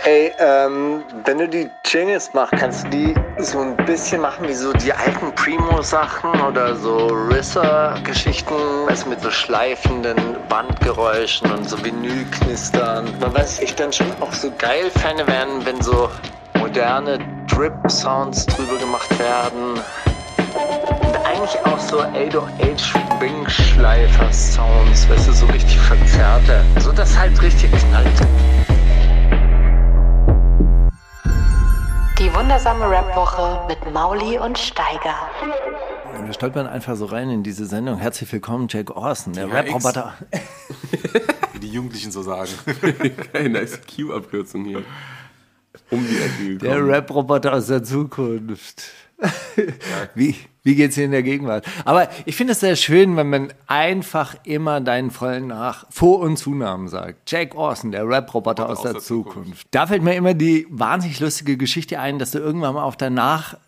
Ey, wenn du die Jingles machst, kannst du die so ein bisschen machen wie so die alten Primo-Sachen oder so RZA-Geschichten, also mit so schleifenden Bandgeräuschen und so Vinylknistern. Man weiß, ich dann schon auch so geil fände werden, wenn so moderne Drip-Sounds drüber gemacht werden. Und eigentlich auch so 808-Wing-Schleifer-Sounds, weißt du, so richtig verzerrte. So dass halt richtig knallt. Die wundersame Rap-Woche mit Mauli und Steiger. Wir stolpern einfach so rein in diese Sendung. Herzlich willkommen, Jack Orson, der Rap-Roboter. Wie die Jugendlichen so sagen. Keine nice Q-Abkürzung hier. Um die Ecke gekommen. Der Rap-Roboter aus der Zukunft. Wie geht's dir in der Gegenwart? Aber ich finde es sehr schön, wenn man einfach immer deinen vollen Vor- und Zunamen sagt. Jack Orson, der Rap-Roboter aus der Zukunft. Da fällt mir immer die wahnsinnig lustige Geschichte ein, dass du irgendwann mal auf deinen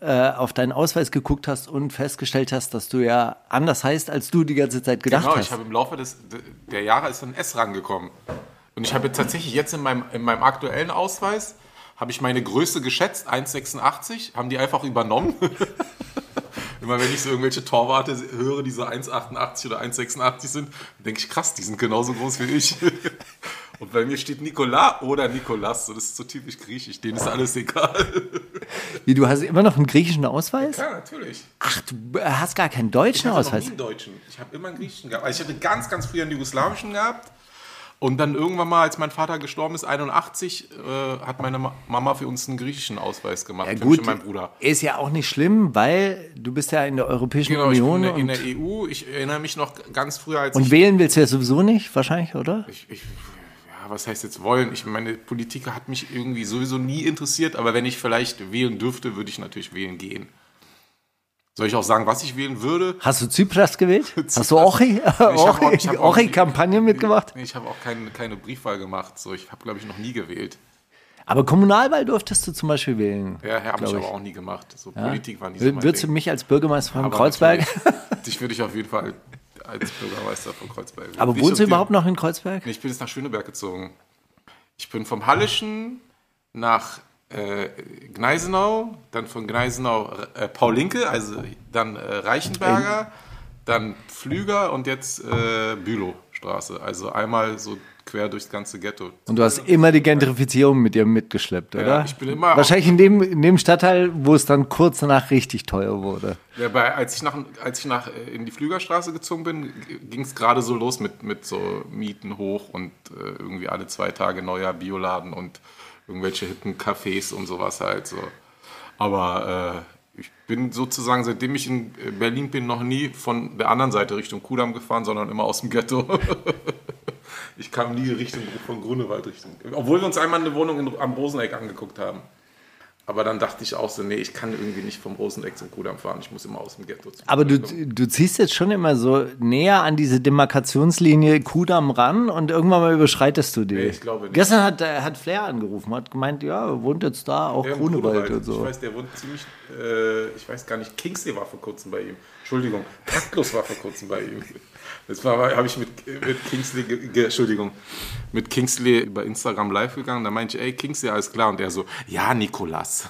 Ausweis geguckt hast und festgestellt hast, dass du ja anders heißt, als du die ganze Zeit gedacht hast. Genau, ich habe im Laufe der Jahre ist ein S rangekommen. Und ich habe tatsächlich jetzt in meinem aktuellen Ausweis habe ich meine Größe geschätzt, 1,86, haben die einfach übernommen. Immer wenn ich so irgendwelche Torwarte höre, die so 1,88 oder 1,86 sind, denke ich, krass, die sind genauso groß wie ich. Und bei mir steht Nikola oder Nikolas, so, das ist so typisch griechisch, denen ist alles egal. Wie, du hast immer noch einen griechischen Ausweis? Ja, natürlich. Ach, du hast gar keinen deutschen Ausweis? Ich hatte noch nie einen deutschen, ich habe immer einen griechischen gehabt. Also ich hatte ganz, ganz früh einen jugoslawischen gehabt. Und dann irgendwann mal, als mein Vater gestorben ist, 81, hat meine Mama für uns einen griechischen Ausweis gemacht. Ja, für gut, mich und meinen Bruder. Ist ja auch nicht schlimm, weil du bist ja in der Europäischen Genau, Union. ich bin in der EU. Ich erinnere mich noch ganz früher, als und wählen willst du ja sowieso nicht, wahrscheinlich, oder? Ja, was heißt jetzt wollen? Meine Politik hat mich irgendwie sowieso nie interessiert, aber wenn ich vielleicht wählen dürfte, würde ich natürlich wählen gehen. Soll ich auch sagen, was ich wählen würde? Hast du Tsipras gewählt? Hast du Ochi-Kampagne mitgemacht? Ich habe auch keine Briefwahl gemacht. So, ich habe, glaube ich, noch nie gewählt. Aber Kommunalwahl durftest du zum Beispiel wählen. Ja, habe ich aber auch nie gemacht. So, ja? Politik war nie so mein Würdest du mich als Bürgermeister von Kreuzberg? Dich würde ich auf jeden Fall als Bürgermeister von Kreuzberg wählen. Aber wohnst du überhaupt noch in Kreuzberg? Nee, ich bin jetzt nach Schöneberg gezogen. Ich bin vom Hallischen nach Gneisenau, dann von Gneisenau Paul-Linke, also dann Reichenberger, dann Pflüger und jetzt Bülowstraße. Also einmal so quer durchs ganze Ghetto. Und du hast immer die Gentrifizierung mit dir mitgeschleppt, oder? Ja, ich bin immer... Wahrscheinlich in dem Stadtteil, wo es dann kurz danach richtig teuer wurde. Ja, als ich in die Pflügerstraße gezogen bin, ging es gerade so los mit so Mieten hoch und irgendwie alle 2 Tage neuer Bioladen und irgendwelche hippen Cafés und sowas halt so. Aber ich bin sozusagen, seitdem ich in Berlin bin, noch nie von der anderen Seite Richtung Kudamm gefahren, sondern immer aus dem Ghetto. Ich kam nie von Grunewald Richtung. Obwohl wir uns einmal eine Wohnung am Roseneck angeguckt haben. Aber dann dachte ich auch so, nee, ich kann irgendwie nicht vom Roseneck zum Kudamm fahren. Ich muss immer aus dem Ghetto. Aber du ziehst jetzt schon immer so näher an diese Demarkationslinie Kudamm ran und irgendwann mal überschreitest du die. Nee, ich glaube nicht. Gestern hat Flair angerufen, hat gemeint, ja, er wohnt jetzt da, auch Grunewald und so. Ich weiß, der wohnt ziemlich, ich weiß gar nicht, Kingsley war vor kurzem bei ihm. Entschuldigung, Taktlos war vor kurzem bei ihm. Das habe ich mit Kingsley über Instagram live gegangen. Da meinte ich, ey, Kingsley, alles klar. Und er so, ja, Nikolas.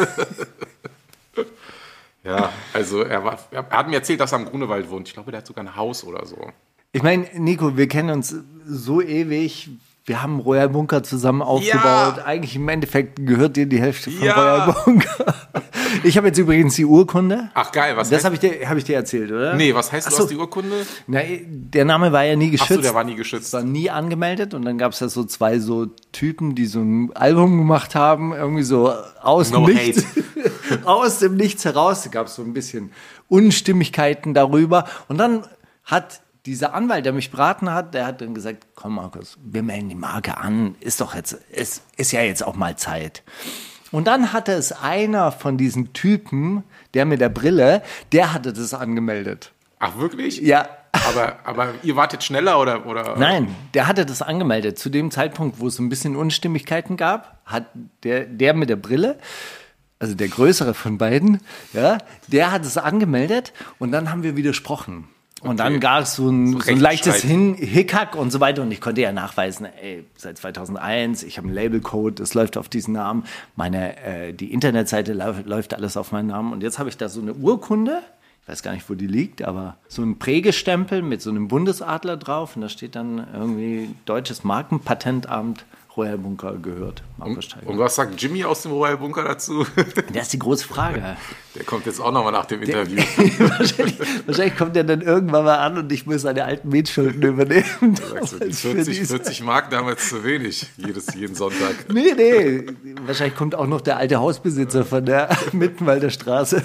Ja, also er hat mir erzählt, dass er am Grunewald wohnt. Ich glaube, der hat sogar ein Haus oder so. Ich meine, Nico, wir kennen uns so ewig. Wir haben Royal Bunker zusammen aufgebaut. Ja. Eigentlich im Endeffekt gehört dir die Hälfte von Royal Bunker. Ich habe jetzt übrigens die Urkunde. Ach geil, was das heißt das? Habe ich dir erzählt, oder? Nee, was heißt, du hast die Urkunde? Na, der Name war ja nie geschützt. Ach so, der war nie geschützt. War nie angemeldet und dann gab es ja so 2 so Typen, die so ein Album gemacht haben, irgendwie so aus dem Nichts. Aus dem Nichts heraus. Da gab es so ein bisschen Unstimmigkeiten darüber und dann hat dieser Anwalt, der mich beraten hat, der hat dann gesagt, komm Markus, wir melden die Marke an, ist ja jetzt auch mal Zeit. Und dann hatte es einer von diesen Typen, der mit der Brille, der hatte das angemeldet. Ach wirklich? Ja. Aber ihr wart jetzt schneller oder? Nein, der hatte das angemeldet. Zu dem Zeitpunkt, wo es ein bisschen Unstimmigkeiten gab, hat der mit der Brille, also der größere von beiden, ja, der hat es angemeldet und dann haben wir widersprochen. Und dann gab es so ein leichtes Hickhack und so weiter. Und ich konnte ja nachweisen, seit 2001, ich habe einen Labelcode, es läuft auf diesen Namen. Die Internetseite läuft alles auf meinen Namen. Und jetzt habe ich da so eine Urkunde, ich weiß gar nicht, wo die liegt, aber so ein Prägestempel mit so einem Bundesadler drauf. Und da steht dann irgendwie Deutsches Markenpatentamt, Royal Bunker gehört. Und was sagt Jimmy aus dem Royal Bunker dazu? Das ist die große Frage. Der kommt jetzt auch nochmal nach dem Interview. wahrscheinlich kommt er dann irgendwann mal an und ich muss seine alten Mietschulden übernehmen. Sagst du, die 40 Mark damals zu wenig, jeden Sonntag. Nee. Wahrscheinlich kommt auch noch der alte Hausbesitzer von der Mittenwalder Straße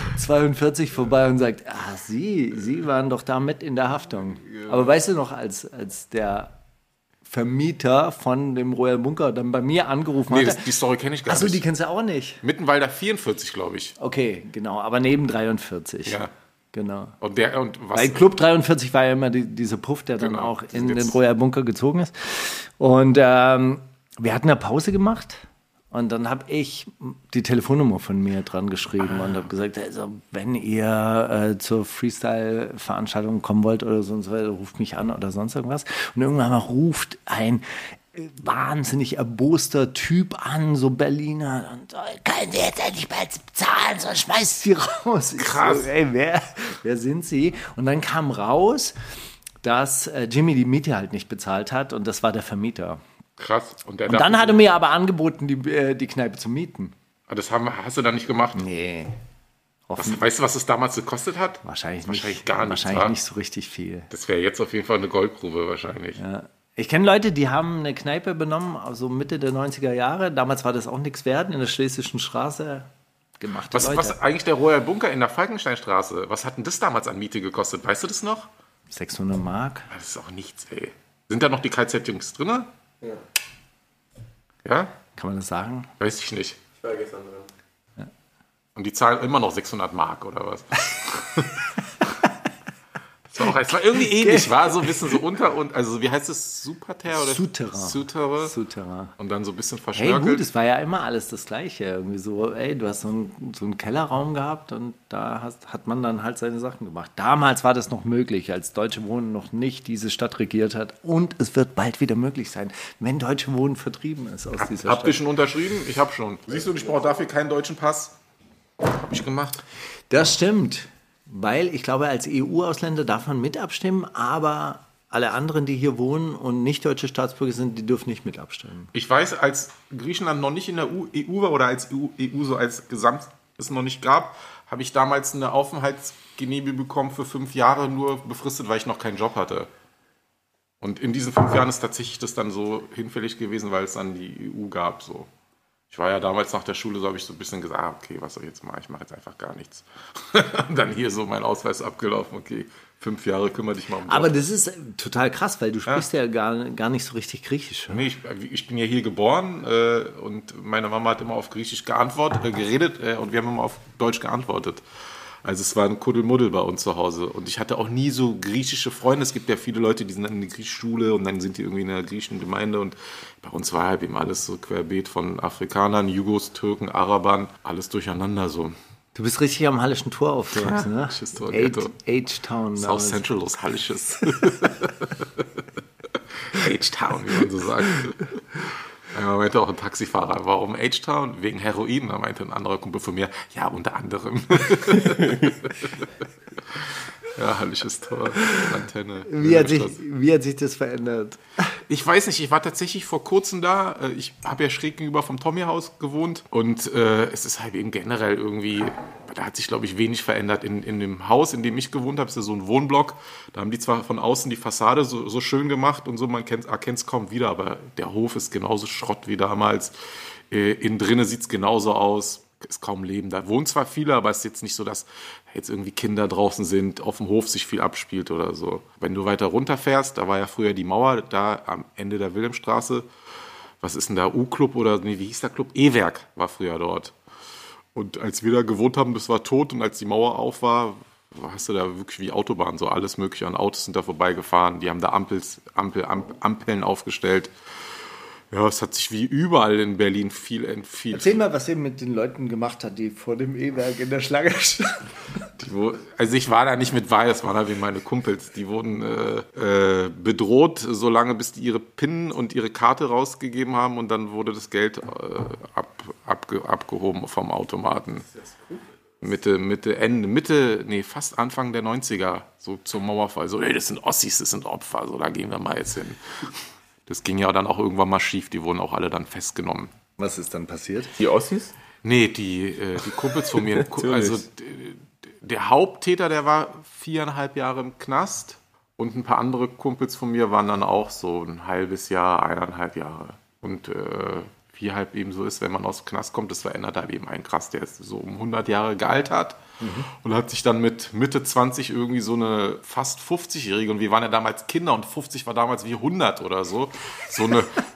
42 vorbei und sagt, Sie waren doch da mit in der Haftung. Ja. Aber weißt du noch, als der Vermieter von dem Royal Bunker dann bei mir angerufen hat. Die Story kenne ich gar nicht. Achso, die kennst du auch nicht. Mittenwalder 44, glaube ich. Okay, genau, aber neben 43. Ja. Genau. Und was? Bei Club 43 war ja immer dieser Puff, der dann auch in den Royal Bunker gezogen ist. Und wir hatten eine Pause gemacht. Und dann habe ich die Telefonnummer von mir dran geschrieben und habe gesagt, also, wenn ihr zur Freestyle-Veranstaltung kommen wollt oder sonst was, ruft mich an oder sonst irgendwas. Und irgendwann mal ruft ein wahnsinnig erboster Typ an, so Berliner. Und können Sie jetzt endlich mal bezahlen, sonst schmeißt Sie raus. Krass. So, wer sind Sie? Und dann kam raus, dass Jimmy die Miete halt nicht bezahlt hat und das war der Vermieter. Krass. Und dann hat er mir aber angeboten, die Kneipe zu mieten. Das hast du dann nicht gemacht? Nee. Weißt du, was es damals gekostet hat? Wahrscheinlich gar nicht. Wahrscheinlich nicht so richtig viel. Das wäre jetzt auf jeden Fall eine Goldgrube wahrscheinlich. Ja. Ich kenne Leute, die haben eine Kneipe übernommen, also Mitte der 90er Jahre. Damals war das auch nichts wert, in der Schlesischen Straße gemacht. Was eigentlich der Royal Bunker in der Falkensteinstraße, was hat denn das damals an Miete gekostet? Weißt du das noch? 600 Mark. Das ist auch nichts, ey. Sind da noch die KZ-Jungs drin? Ja? Kann man das sagen? Weiß ich nicht. Ich war gestern drin. Ja. Und die zahlen immer noch 600 Mark oder was? Es war irgendwie ähnlich, war so ein bisschen so also wie heißt es, Superter oder? Souterrain. Und dann so ein bisschen verschnörkelt. Hey gut, es war ja immer alles das Gleiche. Irgendwie so, du hast so einen Kellerraum gehabt und da hat man dann halt seine Sachen gemacht. Damals war das noch möglich, als Deutsche Wohnen noch nicht diese Stadt regiert hat. Und es wird bald wieder möglich sein, wenn Deutsche Wohnen vertrieben ist aus dieser Stadt. Habt ihr schon unterschrieben? Ich habe schon. Siehst du, ich brauche dafür keinen deutschen Pass. Habe ich gemacht. Das stimmt. Weil ich glaube, als EU-Ausländer darf man mit abstimmen, aber alle anderen, die hier wohnen und nicht deutsche Staatsbürger sind, die dürfen nicht mit abstimmen. Ich weiß, als Griechenland noch nicht in der EU war oder als EU so als Gesamt es noch nicht gab, habe ich damals eine Aufenthaltsgenehmigung bekommen für 5 Jahre, nur befristet, weil ich noch keinen Job hatte. Und in diesen 5 Jahren ist tatsächlich das dann so hinfällig gewesen, weil es dann die EU gab. So. Ich war ja damals nach der Schule, so habe ich so ein bisschen gesagt, okay, was soll ich jetzt machen? Ich mache jetzt einfach gar nichts. Und dann hier so mein Ausweis abgelaufen, okay, 5 Jahre kümmere dich mal um Job. Aber das ist total krass, weil du sprichst ja gar nicht so richtig Griechisch. Nee, ich bin ja hier geboren und meine Mama hat immer auf Griechisch geredet und wir haben immer auf Deutsch geantwortet. Also es war ein Kuddelmuddel bei uns zu Hause. Und ich hatte auch nie so griechische Freunde. Es gibt ja viele Leute, die sind dann in der griechischen Schule und dann sind die irgendwie in einer griechischen Gemeinde. Und bei uns war halt eben alles so querbeet von Afrikanern, Jugos, Türken, Arabern, alles durcheinander so. Du bist richtig am Hallischen Tor aufgewachsen, ne? Hallisches Tor, Ghetto. H-Town. South Central Los Hallisches. H-Town, wie man so sagt. Er meinte auch ein Taxifahrer, warum H-Town? Wegen Heroin. Da meinte ein anderer Kumpel von mir, ja, unter anderem. Ja, Hallisches Tor, Antenne. Wie hat sich das verändert? Ich weiß nicht, ich war tatsächlich vor kurzem da. Ich habe ja schräg gegenüber vom Tommy-Haus gewohnt. Und es ist halt eben generell irgendwie, da hat sich, glaube ich, wenig verändert. In dem Haus, in dem ich gewohnt habe, ist ja so ein Wohnblock. Da haben die zwar von außen die Fassade so schön gemacht und so, man erkennt es kaum wieder. Aber der Hof ist genauso Schrott wie damals. Innen drinnen sieht es genauso aus. Ist kaum Leben. Da wohnen zwar viele, aber es ist jetzt nicht so, dass jetzt irgendwie Kinder draußen sind, auf dem Hof sich viel abspielt oder so. Wenn du weiter runterfährst, da war ja früher die Mauer, da am Ende der Wilhelmstraße. Was ist denn da? U-Club oder nee, wie hieß der Club? E-Werk war früher dort. Und als wir da gewohnt haben, das war tot. Und als die Mauer auf war, hast du da wirklich wie Autobahn, so alles mögliche an Autos sind da vorbeigefahren. Die haben da Ampeln aufgestellt. Ja, es hat sich wie überall in Berlin viel entfiel. Erzähl mal, was ihr mit den Leuten gemacht habt, die vor dem E-Werk in der Schlange standen. Also ich war da nicht mit bei, das waren halt wie meine Kumpels. Die wurden bedroht, solange bis die ihre PIN und ihre Karte rausgegeben haben und dann wurde das Geld abgehoben vom Automaten. Fast Anfang der 90er, so zum Mauerfall. So, das sind Ossis, das sind Opfer, so, da gehen wir mal jetzt hin. Das ging ja dann auch irgendwann mal schief, die wurden auch alle dann festgenommen. Was ist dann passiert? Die Ossis? Nee, die Kumpels von mir, also der Haupttäter, der war 4,5 Jahre im Knast und ein paar andere Kumpels von mir waren dann auch so ein halbes Jahr, 1,5 Jahre. Und wie halt eben so ist, wenn man aus dem Knast kommt, das verändert halt eben einen krass. Der ist so um 100 Jahre gealtert und hat sich dann mit Mitte 20 irgendwie so eine fast 50-Jährige, und wir waren ja damals Kinder und 50 war damals wie 100 oder so, so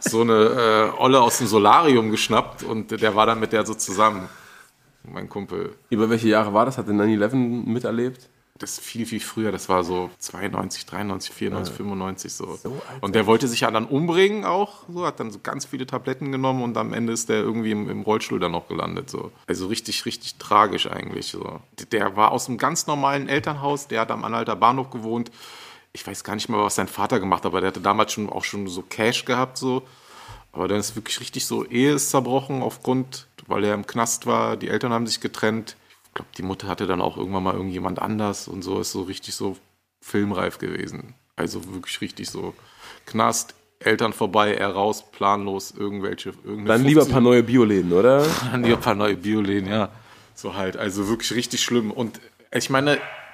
eine Olle aus dem Solarium geschnappt und der war dann mit der so zusammen, mein Kumpel. Über welche Jahre war das? Hat der 9/11 miterlebt? Das ist viel, viel früher, das war so 92, 93, 94, 95 so. Und der wollte sich ja dann umbringen auch, so, hat dann so ganz viele Tabletten genommen und am Ende ist der irgendwie im Rollstuhl dann noch gelandet. So. Also richtig, richtig tragisch eigentlich. So. Der war aus einem ganz normalen Elternhaus, der hat am Anhalter Bahnhof gewohnt. Ich weiß gar nicht mehr, was sein Vater gemacht hat, aber der hatte damals auch schon so Cash gehabt. So. Aber dann ist wirklich richtig so, Ehe ist zerbrochen weil er im Knast war, die Eltern haben sich getrennt. Ich glaube, die Mutter hatte dann auch irgendwann mal irgendjemand anders und so, ist so richtig so filmreif gewesen. Also wirklich richtig so Knast, Eltern vorbei, er raus, planlos, irgendeine Dann lieber ein paar neue Bioläden, oder? Dann lieber ein paar neue Bioläden, ja. So halt, also wirklich richtig schlimm. Und ich meine,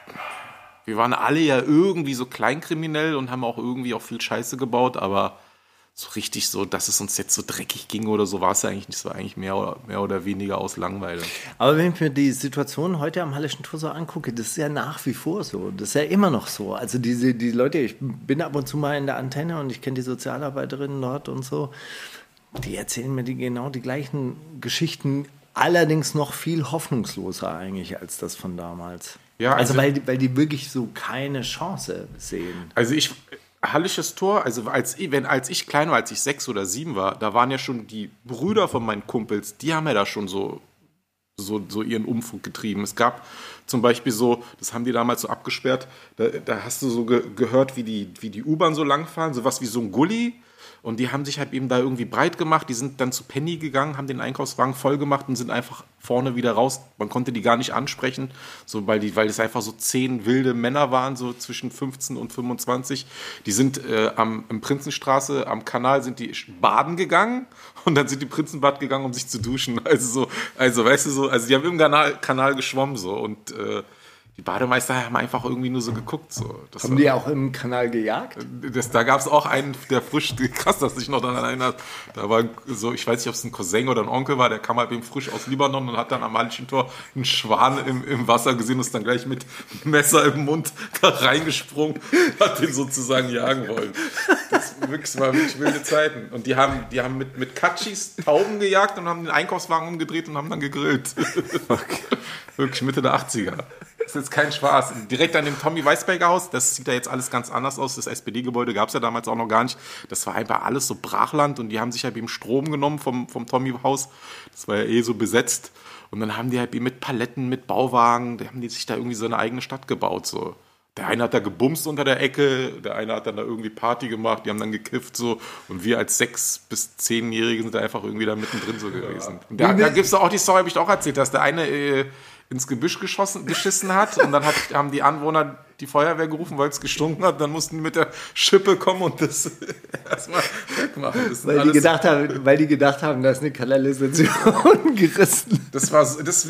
wir waren alle ja irgendwie so kleinkriminell und haben auch irgendwie auch viel Scheiße gebaut, aber so richtig so, dass es uns jetzt so dreckig ging oder so, war es ja eigentlich nicht. Es war eigentlich mehr oder weniger aus Langeweile. Aber wenn ich mir die Situation heute am Hallischen Tor so angucke, das ist ja nach wie vor so. Das ist ja immer noch so. Also die Leute, ich bin ab und zu mal in der Antenne und ich kenne die Sozialarbeiterinnen dort und so, die erzählen mir genau die gleichen Geschichten, allerdings noch viel hoffnungsloser eigentlich als das von damals. Ja, also weil die wirklich so keine Chance sehen. Also Hallisches Tor, also als ich klein war, als ich 6 oder 7 war, da waren ja schon die Brüder von meinen Kumpels, die haben ja da schon so ihren Unfug getrieben. Es gab zum Beispiel so, das haben die damals so abgesperrt, da hast du so gehört, wie die U-Bahn so langfahren, sowas wie so ein Gully. Und die haben sich halt eben da irgendwie breit gemacht. Die sind dann zu Penny gegangen, haben den Einkaufswagen voll gemacht und sind einfach vorne wieder raus. Man konnte die gar nicht ansprechen, so, weil es einfach so 10 wilde Männer waren, so zwischen 15 und 25. Die sind im Prinzenstraße, am Kanal sind die baden gegangen und dann sind die Prinzenbad gegangen, um sich zu duschen. Also weißt du so, also die haben im Kanal geschwommen so und die Bademeister haben einfach irgendwie nur so geguckt. So. Haben die auch im Kanal gejagt? Da gab es auch einen, der frisch, krass, dass ich noch daran erinnert, da war so, ich weiß nicht, ob es ein Cousin oder ein Onkel war, der kam halt eben frisch aus Libanon und hat dann am Hallischen Tor einen Schwan im Wasser gesehen und ist dann gleich mit Messer im Mund da reingesprungen und hat den sozusagen jagen wollen. Das war wirklich wilde Zeiten. Und die haben mit Katschis Tauben gejagt und haben den Einkaufswagen umgedreht und haben dann gegrillt. Okay. Wirklich Mitte der 80er. Das ist jetzt kein Spaß. Direkt an dem Tommy-Weisberger-Haus, das sieht ja jetzt alles ganz anders aus. Das SPD-Gebäude gab es ja damals auch noch gar nicht. Das war einfach alles so Brachland und die haben sich halt eben Strom genommen vom Tommy-Haus. Das war ja so besetzt. Und dann haben die halt eben mit Paletten, mit Bauwagen, da haben die sich da irgendwie so eine eigene Stadt gebaut. So. Der eine hat da gebumst unter der Ecke, der eine hat dann da irgendwie Party gemacht, die haben dann gekifft so. Und wir als 6- bis 10-Jährige sind da einfach irgendwie da mittendrin so gewesen. Und da gibt es auch die Story, habe ich auch erzählt, dass der eine ins Gebüsch geschissen hat und dann haben die Anwohner die Feuerwehr gerufen, weil es gestunken hat. Dann mussten die mit der Schippe kommen und das erstmal wegmachen. Weil die gedacht haben, da ist eine Kanalisation gerissen. Das ist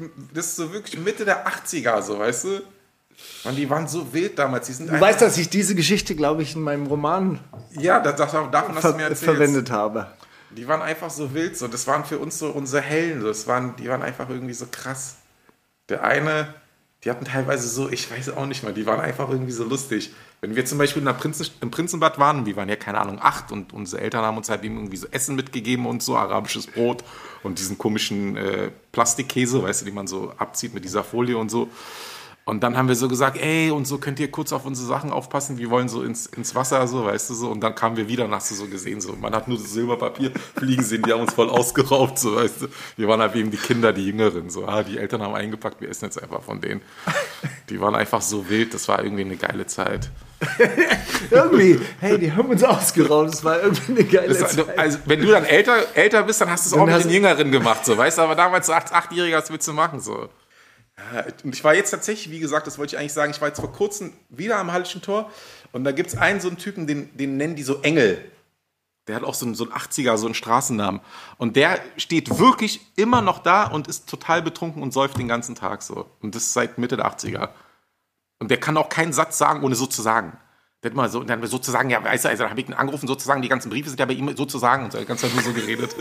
so wirklich Mitte der 80er, so, weißt du? Und die waren so wild damals. Du weißt, dass ich diese Geschichte, glaube ich, in meinem Roman davon hast du mir erzählt, verwendet habe. Die waren einfach so wild. So. Das waren für uns so unsere Helden. Die waren einfach irgendwie so krass. Der eine, die hatten teilweise so, ich weiß auch nicht mal, die waren einfach irgendwie so lustig. Wenn wir zum Beispiel im Prinzenbad waren, wir waren ja, keine Ahnung, 8 und unsere Eltern haben uns halt irgendwie so Essen mitgegeben und so, arabisches Brot und diesen komischen Plastikkäse, weißt du, die man so abzieht mit dieser Folie und so. Und dann haben wir so gesagt, ey, und so könnt ihr kurz auf unsere Sachen aufpassen, wir wollen so ins Wasser, so, weißt du, so. Und dann kamen wir wieder und hast du so gesehen, so, man hat nur das Silberpapier fliegen sehen, die haben uns voll ausgeraubt, so, weißt du. Wir waren halt eben die Kinder, die Jüngeren, so, die Eltern haben eingepackt, wir essen jetzt einfach von denen. Die waren einfach so wild, das war irgendwie eine geile Zeit. Irgendwie, hey, die haben uns ausgeraubt, das war irgendwie eine geile Zeit. Also, wenn du dann älter bist, dann hast du es auch mit den Jüngeren gemacht, so, weißt du, aber damals so 8-Jähriger, was willst du machen, so. Ja, und ich war jetzt tatsächlich, wie gesagt, das wollte ich eigentlich sagen, ich war jetzt vor kurzem wieder am Hallischen Tor und da gibt es einen so einen Typen, den nennen die so Engel. Der hat auch so einen 80er, so einen Straßennamen. Und der steht wirklich immer noch da und ist total betrunken und säuft den ganzen Tag so. Und das seit Mitte der 80er. Und der kann auch keinen Satz sagen, ohne so zu sagen. Der hat mal so, dann sozusagen, ja, weißt du, also, dann habe ich ihn angerufen, sozusagen, die ganzen Briefe sind ja bei ihm sozusagen und so, die ganze Zeit nur so geredet.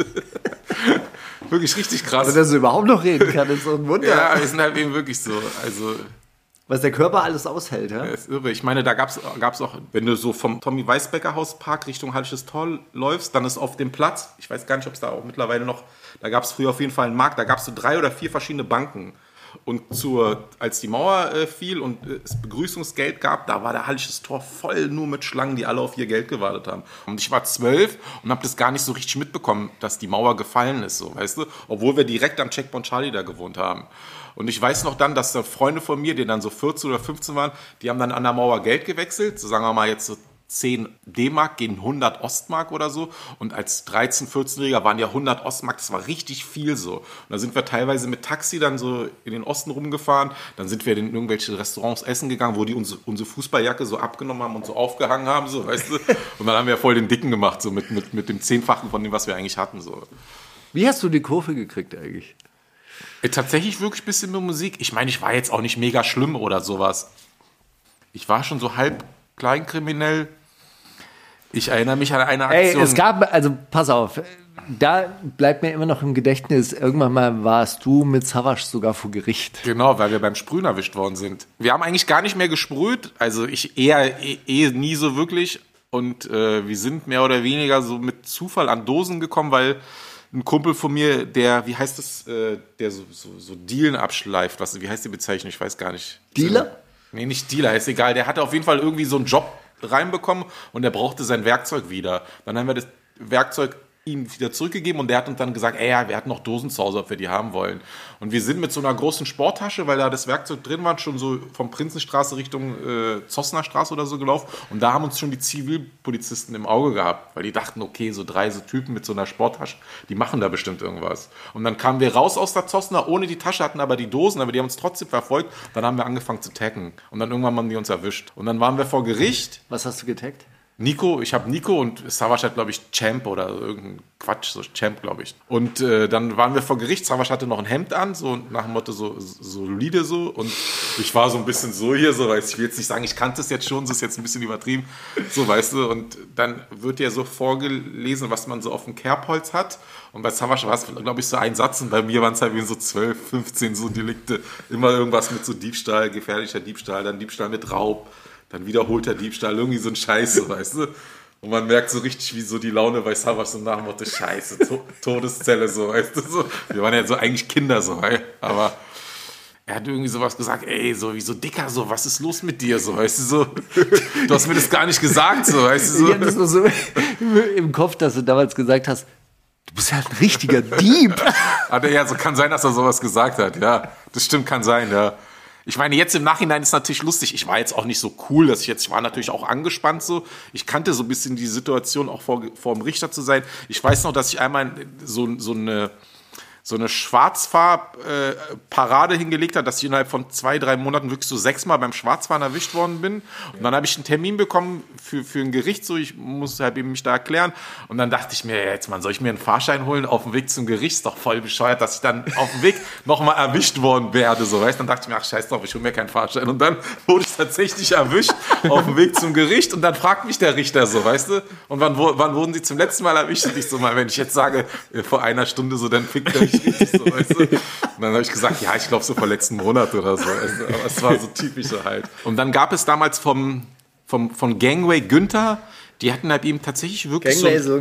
Wirklich richtig krass. Also, dass er überhaupt noch reden kann, ist so ein Wunder. Ja, wir sind halt eben wirklich so, also... Was der Körper alles aushält, ja? Das ist irre. Ich meine, da gab's auch, wenn du so vom Tommy-Weisbecker-Hauspark Richtung Hallisches Tor läufst, dann ist auf dem Platz, ich weiß gar nicht, ob es da auch mittlerweile noch, da gab es früher auf jeden Fall einen Markt, da gab es so 3 oder 4 verschiedene Banken. Und als die Mauer fiel und es Begrüßungsgeld gab, da war der Hallisches Tor voll nur mit Schlangen, die alle auf ihr Geld gewartet haben. Und ich war 12 und habe das gar nicht so richtig mitbekommen, dass die Mauer gefallen ist, so, weißt du? Obwohl wir direkt am Checkpoint Charlie da gewohnt haben. Und ich weiß noch dann, dass da Freunde von mir, die dann so 14 oder 15 waren, die haben dann an der Mauer Geld gewechselt, so sagen wir mal jetzt so 10 D-Mark gegen 100 Ostmark oder so. Und als 13-, 14-Jähriger waren ja 100 Ostmark, das war richtig viel so. Und da sind wir teilweise mit Taxi dann so in den Osten rumgefahren. Dann sind wir in irgendwelche Restaurants essen gegangen, wo die unsere Fußballjacke so abgenommen haben und so aufgehangen haben, so, weißt du. Und dann haben wir voll den Dicken gemacht, so mit dem 10-fachen von dem, was wir eigentlich hatten, so. Wie hast du die Kurve gekriegt eigentlich? Tatsächlich wirklich ein bisschen mit Musik. Ich meine, ich war jetzt auch nicht mega schlimm oder sowas. Ich war schon so halb kleinkriminell. Ich erinnere mich an eine Aktion. Es gab, also pass auf, da bleibt mir immer noch im Gedächtnis, irgendwann mal warst du mit Savas sogar vor Gericht. Genau, weil wir beim Sprühen erwischt worden sind. Wir haben eigentlich gar nicht mehr gesprüht, also ich eher nie so wirklich. Und wir sind mehr oder weniger so mit Zufall an Dosen gekommen, weil ein Kumpel von mir, der, wie heißt das, der so Dielen abschleift, wie heißt die Bezeichnung, ich weiß gar nicht. Dealer? Nee, nicht Dealer, ist egal. Der hatte auf jeden Fall irgendwie so einen Job reinbekommen und er brauchte sein Werkzeug wieder. Dann haben wir das Werkzeug ihm wieder zurückgegeben und der hat uns dann gesagt, ey, ja, wir hatten noch Dosen zu Hause, ob wir die haben wollen. Und wir sind mit so einer großen Sporttasche, weil da das Werkzeug drin war, schon so vom Prinzenstraße Richtung Zossner Straße oder so gelaufen. Und da haben uns schon die Zivilpolizisten im Auge gehabt, weil die dachten, okay, so 3 so Typen mit so einer Sporttasche, die machen da bestimmt irgendwas. Und dann kamen wir raus aus der Zossner ohne die Tasche, hatten aber die Dosen, aber die haben uns trotzdem verfolgt. Dann haben wir angefangen zu taggen. Und dann irgendwann haben die uns erwischt. Und dann waren wir vor Gericht. Was hast du getaggt? Ich habe Nico und Savas hat, glaube ich, Champ oder irgendein Quatsch, so Champ, glaube ich. Und dann waren wir vor Gericht, Savas hatte noch ein Hemd an, so nach dem Motto so solide so. Und ich war so ein bisschen so hier, so, ich will jetzt nicht sagen, ich kannte es jetzt schon, so ist jetzt ein bisschen übertrieben, so, weißt du. Und dann wird ja so vorgelesen, was man so auf dem Kerbholz hat. Und bei Savas war es, glaube ich, so ein Satz und bei mir waren es halt wie so 12, 15 so Delikte. Immer irgendwas mit so Diebstahl, gefährlicher Diebstahl, dann Diebstahl mit Raub. Dann wiederholter Diebstahl, irgendwie so ein Scheiße, weißt du? Und man merkt so richtig, wie so die Laune bei Savas so nach dem Motto, Scheiße, Todeszelle, so, weißt du? So. Wir waren ja so eigentlich Kinder, so, aber er hat irgendwie sowas gesagt, ey, so wie so Dicker, so, was ist los mit dir, so, weißt du, so, du hast mir das gar nicht gesagt, so, weißt du, so. Ich habe das nur so im Kopf, dass du damals gesagt hast, du bist halt ein richtiger Dieb. Ja, so kann sein, dass er sowas gesagt hat, ja, das stimmt, kann sein, ja. Ich meine, jetzt im Nachhinein ist natürlich lustig. Ich war jetzt auch nicht so cool, ich war natürlich auch angespannt so. Ich kannte so ein bisschen die Situation, auch vor dem Richter zu sein. Ich weiß noch, dass ich einmal so eine Schwarzfahr-Parade hingelegt habe, dass ich innerhalb von 2-3 Monaten wirklich so 6-mal beim Schwarzfahren erwischt worden bin. Und dann habe ich einen Termin bekommen für ein Gericht, so ich muss halt eben mich da erklären. Und dann dachte ich mir, jetzt soll ich mir einen Fahrschein holen auf dem Weg zum Gericht? Ist doch voll bescheuert, dass ich dann auf dem Weg nochmal erwischt worden werde, so, weißt? Dann dachte ich mir, ach scheiß drauf, ich hole mir keinen Fahrschein. Und dann wurde ich tatsächlich erwischt auf dem Weg zum Gericht und dann fragt mich der Richter so, weißt du? Und wann wurden Sie zum letzten Mal erwischt? Und ich so mal, wenn ich jetzt sage, vor einer Stunde so, dann fickt er mich richtig so, weißt du? Und dann habe ich gesagt, ja, ich glaube so vor letzten Monat oder so. Also, aber es war so typisch so halt. Und dann gab es damals von Gangway Günther, die hatten halt eben tatsächlich wirklich Gangway so ein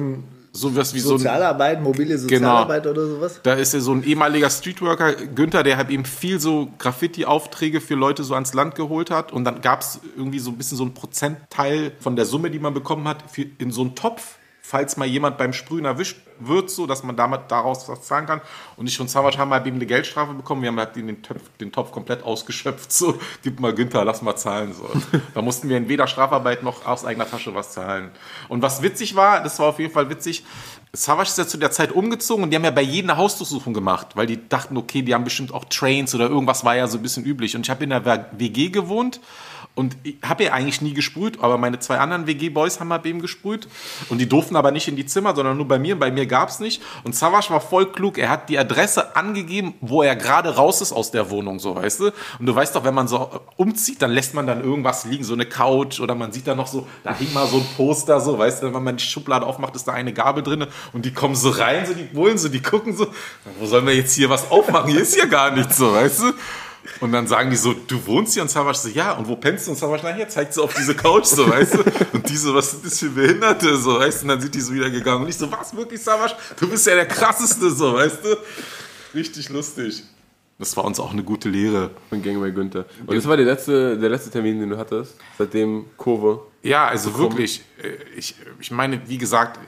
sowas wie Sozialarbeit, mobile Sozialarbeit oder sowas? Da ist ja so ein ehemaliger Streetworker, Günther, der halt eben viel so Graffiti-Aufträge für Leute so ans Land geholt hat. Und dann gab es irgendwie so ein bisschen so einen Prozentteil von der Summe, die man bekommen hat, in so einen Topf, falls mal jemand beim Sprühen erwischt wird, so dass man daraus was zahlen kann. Und ich und Savage haben halt eben eine Geldstrafe bekommen. Wir haben halt den Topf komplett ausgeschöpft. So, gib mal Günther, lass mal zahlen. So. Da mussten wir in weder Strafarbeit noch aus eigener Tasche was zahlen. Und was witzig war, das war auf jeden Fall witzig, Savage ist ja zu der Zeit umgezogen und die haben ja bei jedem eine Hausdurchsuchung gemacht, weil die dachten, okay, die haben bestimmt auch Trains oder irgendwas, war ja so ein bisschen üblich. Und ich habe in der WG gewohnt. Und ich habe ja eigentlich nie gesprüht, aber meine 2 anderen WG-Boys haben halt eben gesprüht. Und die durften aber nicht in die Zimmer, sondern nur bei mir. Bei mir gab es nicht. Und Savage war voll klug. Er hat die Adresse angegeben, wo er gerade raus ist aus der Wohnung, so, weißt du. Und du weißt doch, wenn man so umzieht, dann lässt man dann irgendwas liegen, so eine Couch. Oder man sieht da noch so, da hing mal so ein Poster, so, weißt du. Wenn man die Schublade aufmacht, ist da eine Gabel drin. Und die kommen so rein, so, die wollen so, die gucken so. Wo sollen wir jetzt hier was aufmachen? Hier ist ja gar nichts, so, weißt du. Und dann sagen die so, du wohnst hier? Und Savage so, ja, und wo pennst du? Und Savage, na hier, zeigt so auf diese Couch, so, weißt du? Und die so, was sind das für Behinderte, so, weißt du? Und dann sind die so wieder gegangen. Und ich so, was, wirklich, Savage? Du bist ja der Krasseste, so, weißt du? Richtig lustig. Das war uns auch eine gute Lehre. Von Gangway Günther. Und das war der letzte Termin, den du hattest? Seitdem Kurve? Ja, also wirklich. Ich meine, wie gesagt,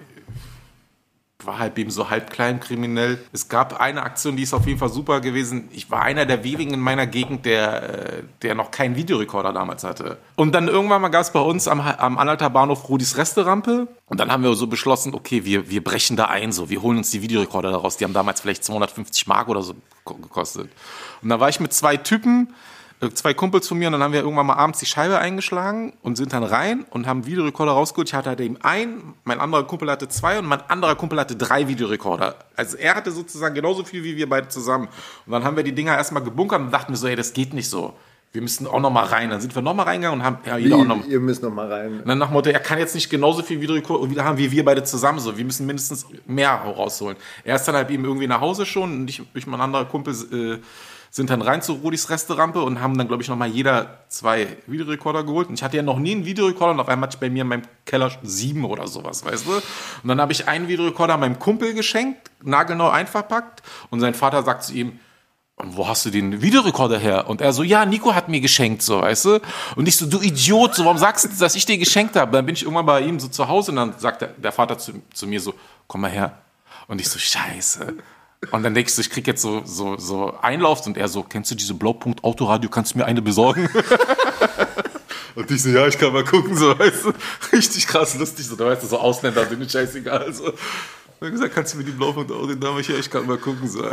war halt eben so halb klein kriminell. Es gab eine Aktion, die ist auf jeden Fall super gewesen. Ich war einer der wenigen in meiner Gegend, der noch keinen Videorekorder damals hatte. Und dann irgendwann mal gab es bei uns am Anhalter Bahnhof Rudis Resterampe. Und dann haben wir so beschlossen, okay, wir brechen da ein, so. Wir holen uns die Videorekorder daraus. Die haben damals vielleicht 250 Mark oder so gekostet. Und da war ich mit 2 Typen, 2 Kumpels von mir, und dann haben wir irgendwann mal abends die Scheibe eingeschlagen und sind dann rein und haben Videorekorder rausgeholt. Ich hatte halt eben einen, mein anderer Kumpel hatte 2 und mein anderer Kumpel hatte 3 Videorekorder. Also er hatte sozusagen genauso viel wie wir beide zusammen. Und dann haben wir die Dinger erstmal gebunkert und dachten wir so, ey, das geht nicht so. Wir müssen auch noch mal rein. Dann sind wir noch mal reingegangen und haben jeder auch noch. Ihr müsst noch mal rein. Und dann nach dem Motto, er kann jetzt nicht genauso viel Videorekorder haben wie wir beide zusammen. So, wir müssen mindestens mehr rausholen. Er ist dann halt eben irgendwie nach Hause schon und ich mein anderer Kumpel sind dann rein zu Rudis Resterampe und haben dann, glaube ich, nochmal jeder 2 Videorekorder geholt. Und ich hatte ja noch nie einen Videorekorder und auf einmal hatte ich bei mir in meinem Keller 7 oder sowas, weißt du? Und dann habe ich einen Videorekorder meinem Kumpel geschenkt, nagelneu einverpackt. Und sein Vater sagt zu ihm, wo hast du den Videorekorder her? Und er so, ja, Nico hat mir geschenkt, so, weißt du? Und ich so, du Idiot, so, warum sagst du, dass ich dir geschenkt habe? Dann bin ich irgendwann bei ihm so zu Hause und dann sagt der Vater zu mir so, komm mal her. Und ich so, scheiße. Und dann denke ich so, ich krieg jetzt so Einlauf und er so, kennst du diese Blaupunkt Autoradio, kannst du mir eine besorgen? Und ich so, ja, ich kann mal gucken, so, weißt du, richtig krass lustig, so, da weißt du, so Ausländer sind mir scheißegal, so. Und er hat gesagt, kannst du mir die Blaupunkt Auto, da ich ja, ich kann mal gucken, so.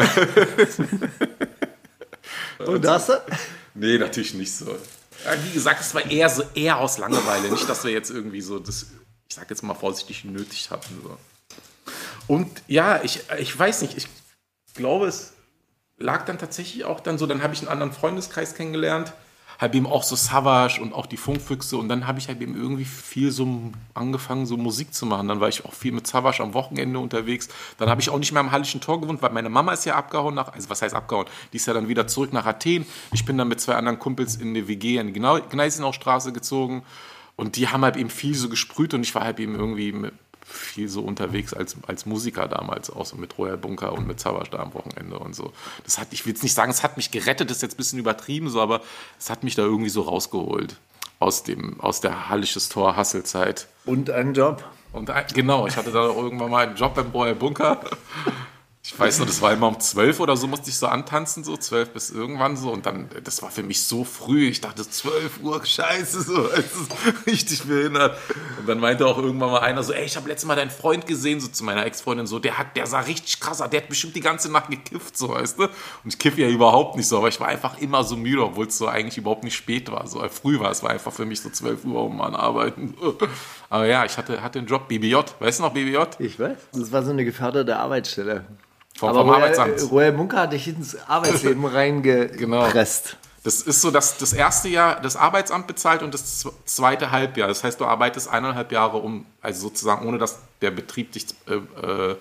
Und hast du? Nee, natürlich nicht so. Ja, wie gesagt, es war eher aus Langeweile, nicht, dass wir jetzt irgendwie so das, ich sag jetzt mal vorsichtig, nötig hatten, so. Und ja, ich weiß nicht, ich glaube, es lag dann tatsächlich auch dann so, dann habe ich einen anderen Freundeskreis kennengelernt, habe eben auch so Savage und auch die Funkfüchse und dann habe ich halt eben irgendwie viel so angefangen, so Musik zu machen. Dann war ich auch viel mit Savage am Wochenende unterwegs. Dann habe ich auch nicht mehr am Hallischen Tor gewohnt, weil meine Mama ist ja abgehauen, also was heißt abgehauen? Die ist ja dann wieder zurück nach Athen. Ich bin dann mit 2 anderen Kumpels in eine WG an die Gneisenaustraße gezogen und die haben halt eben viel so gesprüht und ich war halt eben irgendwie viel so unterwegs als Musiker damals, auch so mit Royal Bunker und mit Savage da am Wochenende und so. Ich will jetzt nicht sagen, es hat mich gerettet, das ist jetzt ein bisschen übertrieben, so, aber es hat mich da irgendwie so rausgeholt aus der Hallisches Tor Hasselzeit. Und einen Job. Und genau, ich hatte da irgendwann mal einen Job beim Royal Bunker. Ich weiß noch, das war immer um 12 oder so, musste ich so antanzen, so 12 bis irgendwann so. Und dann, das war für mich so früh. Ich dachte, 12 Uhr, scheiße, so, es ist richtig behindert. Und dann meinte auch irgendwann mal einer so, ey, ich habe letztes Mal deinen Freund gesehen, so zu meiner Ex-Freundin, so, der sah richtig krass aus, der hat bestimmt die ganze Nacht gekifft, so, weißt du. Und ich kiffe ja überhaupt nicht so, aber ich war einfach immer so müde, obwohl es so eigentlich überhaupt nicht spät war, so früh war. Es war einfach für mich so 12 Uhr um an Arbeiten. Aber ja, ich hatte einen Job, BBJ. Weißt du noch, BBJ? Ich weiß. Das war so eine geförderte Arbeitsstelle. Vom Arbeitsamt. Royal Bunker hat dich ins Arbeitsleben reingepresst. Genau. Das ist so, dass das erste Jahr das Arbeitsamt bezahlt und das zweite Halbjahr. Das heißt, du arbeitest 1,5 Jahre also sozusagen, ohne dass der Betrieb dich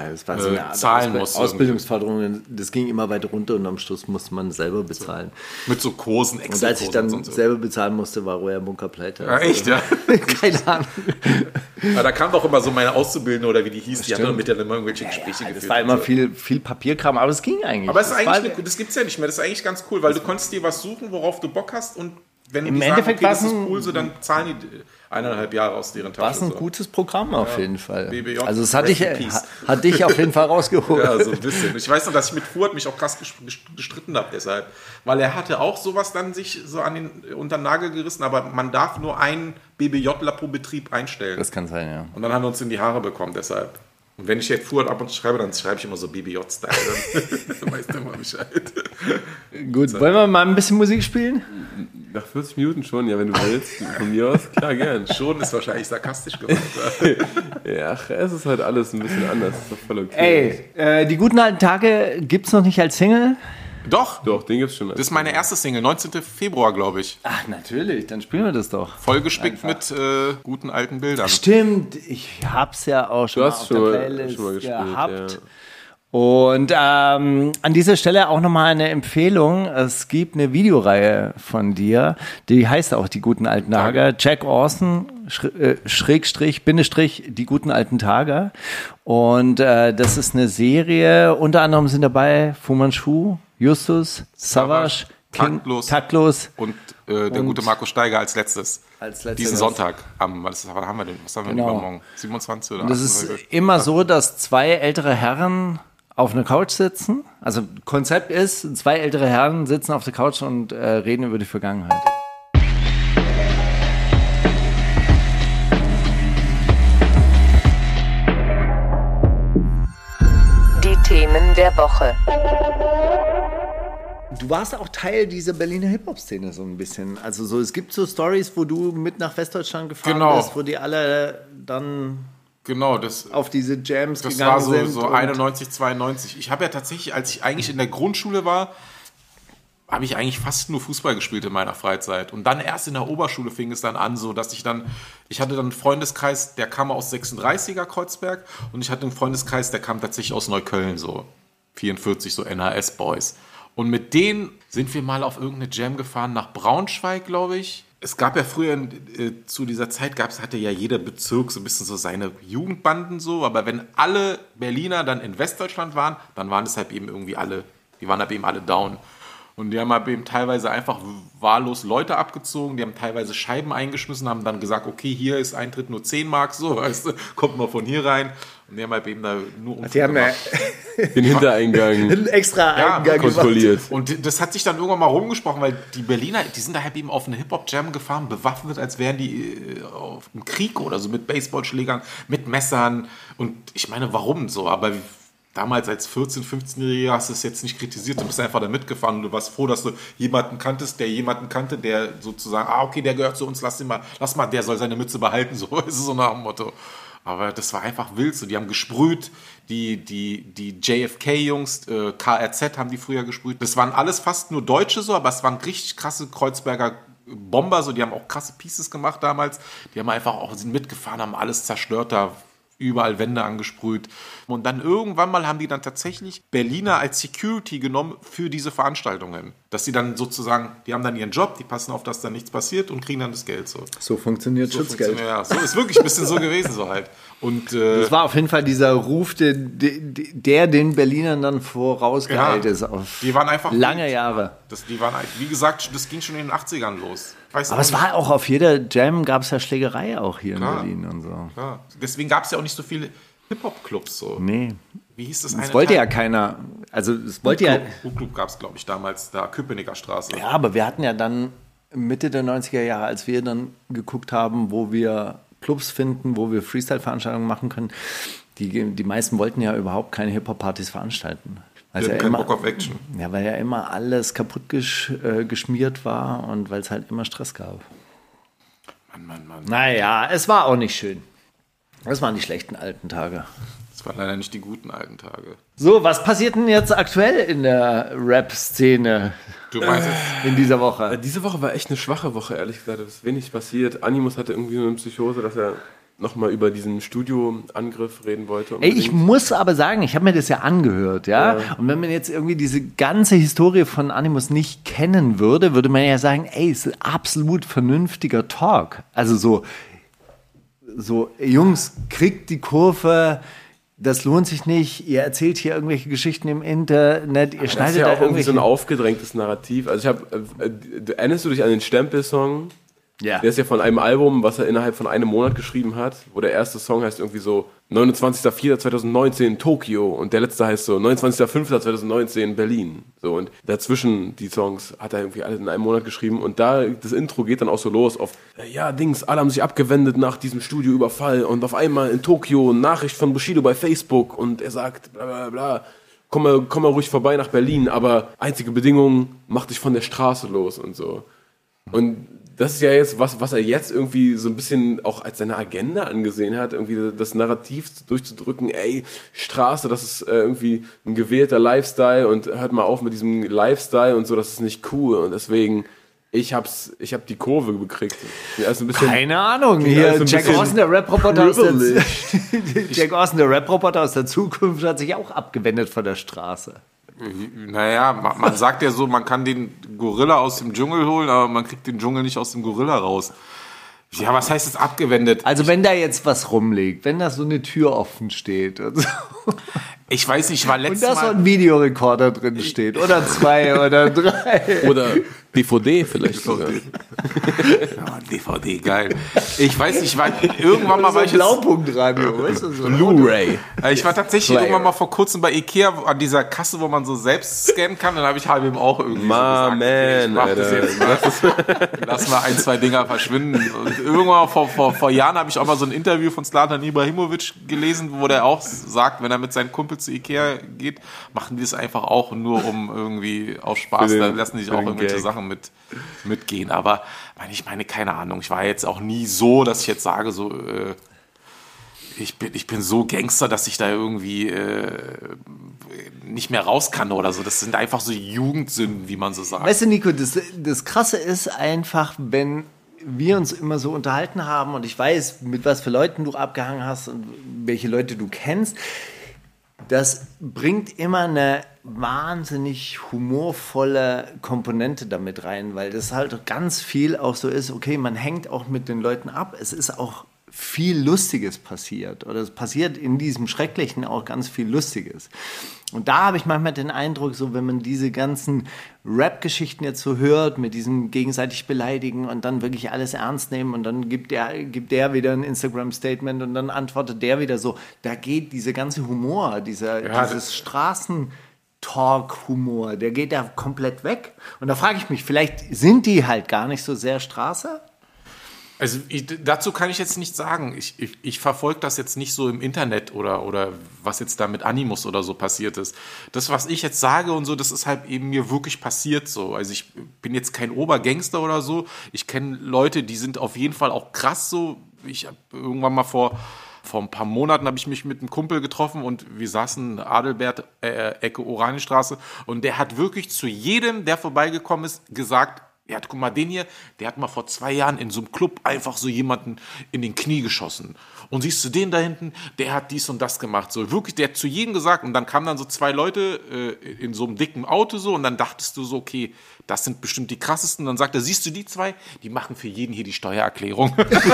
das war so eine Art zahlen musste. Ausbildungsförderung. Das ging immer weiter runter und am Schluss musste man selber bezahlen. So. Mit so Kursen, Und als ich dann selber bezahlen musste, war Royer Bunker pleite. Ja, echt, ja? Keine Ahnung. Aber da kam doch immer so meine Auszubildende oder wie die hieß, die hat dann mit der immer irgendwelche Gespräche geführt. Das war immer viel Papierkram, aber es ging eigentlich. Aber das gibt es ja nicht mehr, das ist eigentlich ganz cool, weil du konntest dir was suchen, worauf du Bock hast und wenn im die Endeffekt sagen, okay, das ist cool, so dann zahlen die 1,5 Jahre aus deren Tasche. War es ein gutes Programm auf jeden Fall. BBJ, also es hat dich auf jeden Fall rausgeholt. Ja, so ein bisschen. Ich weiß noch, dass ich mit Fuhrt mich auch krass gestritten habe deshalb. Weil er hatte auch sowas dann sich so unter den Nagel gerissen, aber man darf nur einen BBJler pro Betrieb einstellen. Das kann sein, ja. Und dann haben wir uns in die Haare bekommen deshalb. Und wenn ich jetzt Fuhrt ab und zu schreibe, dann schreibe ich immer so BBJ-Style. Dann weißt du immer Bescheid. Gut, wollen wir mal ein bisschen Musik spielen? Nach 40 Minuten schon, ja, wenn du willst. Von mir aus, klar, gern. Schon ist wahrscheinlich sarkastisch gemacht. Ja, ach, es ist halt alles ein bisschen anders. Das ist doch voll okay. Ey, die guten alten Tage gibt's noch nicht als Single? Doch, den gibt's schon. Das ist meine erste Single, 19. Februar, glaube ich. Ach, natürlich, dann spielen wir das doch. Vollgespickt mit guten alten Bildern. Stimmt, ich hab's ja auch schon mal auf der Playlist gehabt. Ja. Und an dieser Stelle auch nochmal eine Empfehlung. Es gibt eine Videoreihe von dir, die heißt auch Die guten alten Tage. Jack Orson, Bindestrich, Die guten alten Tage. Und das ist eine Serie, unter anderem sind dabei Fu Manchu, Justus, Savage, Taktlos und der gute Marco Steiger als letztes. Diesen Sonntag. Was haben wir denn übermorgen? 27 oder 28? Das ist immer so, dass zwei ältere Herren auf einer Couch sitzen. Also Konzept ist, zwei ältere Herren sitzen auf der Couch und reden über die Vergangenheit. Die Themen der Woche. Du warst auch Teil dieser Berliner Hip-Hop-Szene so ein bisschen. Also so, es gibt so Stories, wo du mit nach Westdeutschland gefahren bist, wo die alle dann auf diese Jams gegangen sind. Das war so 91, 92. Ich habe ja tatsächlich, als ich eigentlich in der Grundschule war, habe ich eigentlich fast nur Fußball gespielt in meiner Freizeit. Und dann erst in der Oberschule fing es dann an, so dass ich hatte dann einen Freundeskreis, der kam aus 36er Kreuzberg und ich hatte einen Freundeskreis, der kam tatsächlich aus Neukölln, so 44, so NHS-Boys. Und mit denen sind wir mal auf irgendeine Jam gefahren nach Braunschweig, glaube ich. Es gab ja früher, zu dieser Zeit hatte ja jeder Bezirk so ein bisschen so seine Jugendbanden so, aber wenn alle Berliner dann in Westdeutschland waren, dann waren es halt eben irgendwie alle down. Und die haben halt eben teilweise einfach wahllos Leute abgezogen, die haben teilweise Scheiben eingeschmissen, haben dann gesagt, okay, hier ist Eintritt nur 10 Mark, so, weißt du, kommt mal von hier rein. Und die haben halt eben da nur den Hintereingang einen extra Eingang kontrolliert. Und das hat sich dann irgendwann mal rumgesprochen, weil die Berliner, die sind da halt eben auf eine Hip-Hop-Jam gefahren, bewaffnet, als wären die auf einem Krieg oder so, mit Baseballschlägern, mit Messern. Und ich meine, warum so? Aber damals als 14-, 15-Jähriger hast du es jetzt nicht kritisiert, du bist einfach da mitgefahren und du warst froh, dass du jemanden kanntest, der jemanden kannte, der sozusagen, okay, der gehört zu uns, lass mal, der soll seine Mütze behalten, so ist es so nach dem Motto. Aber das war einfach wild, so, die haben gesprüht, die JFK-Jungs, KRZ haben die früher gesprüht. Das waren alles fast nur Deutsche so, aber es waren richtig krasse Kreuzberger Bomber, so, die haben auch krasse Pieces gemacht damals. Die haben einfach auch, sind mitgefahren, haben alles zerstört, da überall Wände angesprüht. Und dann irgendwann mal haben die dann tatsächlich Berliner als Security genommen für diese Veranstaltungen. Dass sie dann sozusagen, die haben dann ihren Job, die passen auf, dass da nichts passiert und kriegen dann das Geld so. So funktioniert Schutzgeld. Ja, so ist wirklich ein bisschen so gewesen so halt. Und das war auf jeden Fall dieser Ruf, der den Berlinern dann vorausgeeilt ist. Auf die waren einfach lange Jahre. Die waren, wie gesagt, das ging schon in den 80ern los. Aber es war auch auf jeder Jam, gab es ja Schlägerei auch hier in Berlin und so. Klar. Deswegen gab es ja auch nicht so viele Hip-Hop-Clubs so. Nee. Wie hieß das? Das wollte ja keiner. Also es wollte ja. U-Club gab es, glaube ich, damals, da Köpenicker Straße. Ja, aber wir hatten ja dann Mitte der 90er Jahre, als wir dann geguckt haben, wo wir Clubs finden, wo wir Freestyle-Veranstaltungen machen können. Die meisten wollten ja überhaupt keine Hip-Hop-Partys veranstalten. Also kein Bock auf Action. Ja, weil ja immer alles kaputt geschmiert war und weil es halt immer Stress gab. Mann. Naja, es war auch nicht schön. Das waren die schlechten alten Tage. Das waren leider nicht die guten alten Tage. So, was passiert denn jetzt aktuell in der Rap-Szene? Du meinst in dieser Woche? Diese Woche war echt eine schwache Woche, ehrlich gesagt. Es ist wenig passiert. Animus hatte irgendwie so eine Psychose, dass er nochmal über diesen Studioangriff reden wollte. Ey, ich muss aber sagen, ich habe mir das ja angehört, ja? Und wenn man jetzt irgendwie diese ganze Historie von Animus nicht kennen würde, würde man ja sagen, ey, es ist ein absolut vernünftiger Talk. Also so, Jungs, kriegt die Kurve, das lohnt sich nicht, ihr erzählt hier irgendwelche Geschichten im Internet, ihr schneidet das ist ja da auch irgendwie so ein irgendwelche... aufgedrängtes Narrativ. Also erinnerst du dich an den Stempel-Song? Ja. Der ist ja von einem Album, was er innerhalb von einem Monat geschrieben hat, wo der erste Song heißt irgendwie so 29.04.2019 Tokio und der letzte heißt so 29.05.2019 Berlin. So, und dazwischen die Songs hat er irgendwie alle in einem Monat geschrieben und da, das Intro geht dann auch so los auf, alle haben sich abgewendet nach diesem Studioüberfall und auf einmal in Tokio eine Nachricht von Bushido bei Facebook und er sagt bla bla bla, komm mal ruhig vorbei nach Berlin, aber einzige Bedingung, mach dich von der Straße los und so. Und das ist ja jetzt was er jetzt irgendwie so ein bisschen auch als seine Agenda angesehen hat, irgendwie das Narrativ durchzudrücken, ey, Straße, das ist irgendwie ein gewählter Lifestyle und hört mal auf mit diesem Lifestyle und so, das ist nicht cool und deswegen, ich hab die Kurve gekriegt. Also ein bisschen, keine Ahnung, hier Jack Austin, der Rap-Roboter aus der Zukunft, hat sich auch abgewendet von der Straße. Naja, man sagt ja so, man kann den Gorilla aus dem Dschungel holen, aber man kriegt den Dschungel nicht aus dem Gorilla raus. Ja, was heißt jetzt abgewendet? Also wenn da jetzt was rumliegt, wenn da so eine Tür offen steht und so. Ich weiß nicht, war letztes Mal... Und da so ein Videorekorder drin steht. Oder 2 oder 3. Oder DVD vielleicht sogar. Ja, DVD, geil. Ich weiß nicht, irgendwann mal war ich... Blaupunktradio, weißt du? So Blu-ray. Ich war tatsächlich irgendwann mal vor kurzem bei Ikea an dieser Kasse, wo man so selbst scannen kann. Dann habe ich eben auch irgendwie lass mal 1, 2 Dinger verschwinden. Und irgendwann vor Jahren habe ich auch mal so ein Interview von Zlatan Ibrahimovic gelesen, wo der auch sagt, wenn er mit seinen Kumpels zu Ikea geht, machen die es einfach auch nur um irgendwie auf Spaß, da lassen die sich auch irgendwelche Sachen mitgehen, aber ich meine, keine Ahnung, ich war jetzt auch nie so, dass ich jetzt sage, so ich bin so Gangster, dass ich da irgendwie nicht mehr raus kann oder so, das sind einfach so Jugendsünden, wie man so sagt. Weißt du, Nico, das Krasse ist einfach, wenn wir uns immer so unterhalten haben und ich weiß, mit was für Leuten du abgehangen hast und welche Leute du kennst, das bringt immer eine wahnsinnig humorvolle Komponente damit rein, weil das halt ganz viel auch so ist, okay, man hängt auch mit den Leuten ab, es ist auch viel Lustiges passiert oder es passiert in diesem Schrecklichen auch ganz viel Lustiges. Und da habe ich manchmal den Eindruck, so wenn man diese ganzen Rap-Geschichten jetzt so hört, mit diesem gegenseitig beleidigen und dann wirklich alles ernst nehmen und dann gibt der wieder ein Instagram-Statement und dann antwortet der wieder so, da geht dieser ganze Humor, dieses Straßentalk-Humor, der geht da komplett weg. Und da frage ich mich, vielleicht sind die halt gar nicht so sehr Straße? Also dazu kann ich jetzt nichts sagen. Ich verfolge das jetzt nicht so im Internet oder was jetzt da mit Animus oder so passiert ist. Das, was ich jetzt sage und so, das ist halt eben mir wirklich passiert so. Also ich bin jetzt kein Obergangster oder so. Ich kenne Leute, die sind auf jeden Fall auch krass so. Ich habe irgendwann mal vor ein paar Monaten habe ich mich mit einem Kumpel getroffen und wir saßen Adelbert, Ecke Oranienstraße und der hat wirklich zu jedem, der vorbeigekommen ist, gesagt, ja, guck mal, den hier, der hat mal vor 2 Jahren in so einem Club einfach so jemanden in den Knie geschossen. Und siehst du den da hinten, der hat dies und das gemacht. So wirklich, der hat zu jedem gesagt. Und dann kamen dann so 2 Leute in so einem dicken Auto so und dann dachtest du so, okay, das sind bestimmt die krassesten. Und dann sagt er, siehst du die 2? Die machen für jeden hier die Steuererklärung.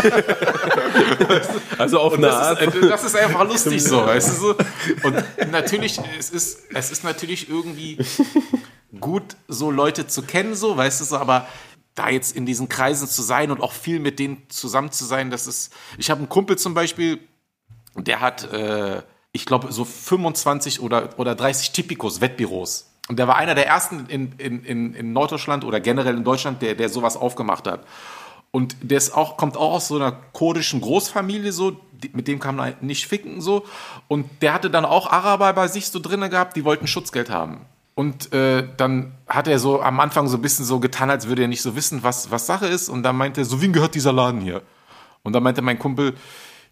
Also auf eine Art. Das ist einfach lustig so, weißt du so. Und natürlich, es ist natürlich irgendwie gut, so Leute zu kennen, so, weißt du so, aber da jetzt in diesen Kreisen zu sein und auch viel mit denen zusammen zu sein, das ist, ich habe einen Kumpel zum Beispiel, der hat, ich glaube, so 25 oder 30 Typicos, Wettbüros. Und der war einer der ersten in Norddeutschland oder generell in Deutschland, der sowas aufgemacht hat. Und der kommt auch aus so einer kurdischen Großfamilie, so, mit dem kann man nicht ficken, so. Und der hatte dann auch Araber bei sich so drinne gehabt, die wollten Schutzgeld haben. Und dann hat er so am Anfang so ein bisschen so getan, als würde er nicht so wissen, was Sache ist. Und dann meinte er, so, wem gehört dieser Laden hier? Und dann meinte mein Kumpel,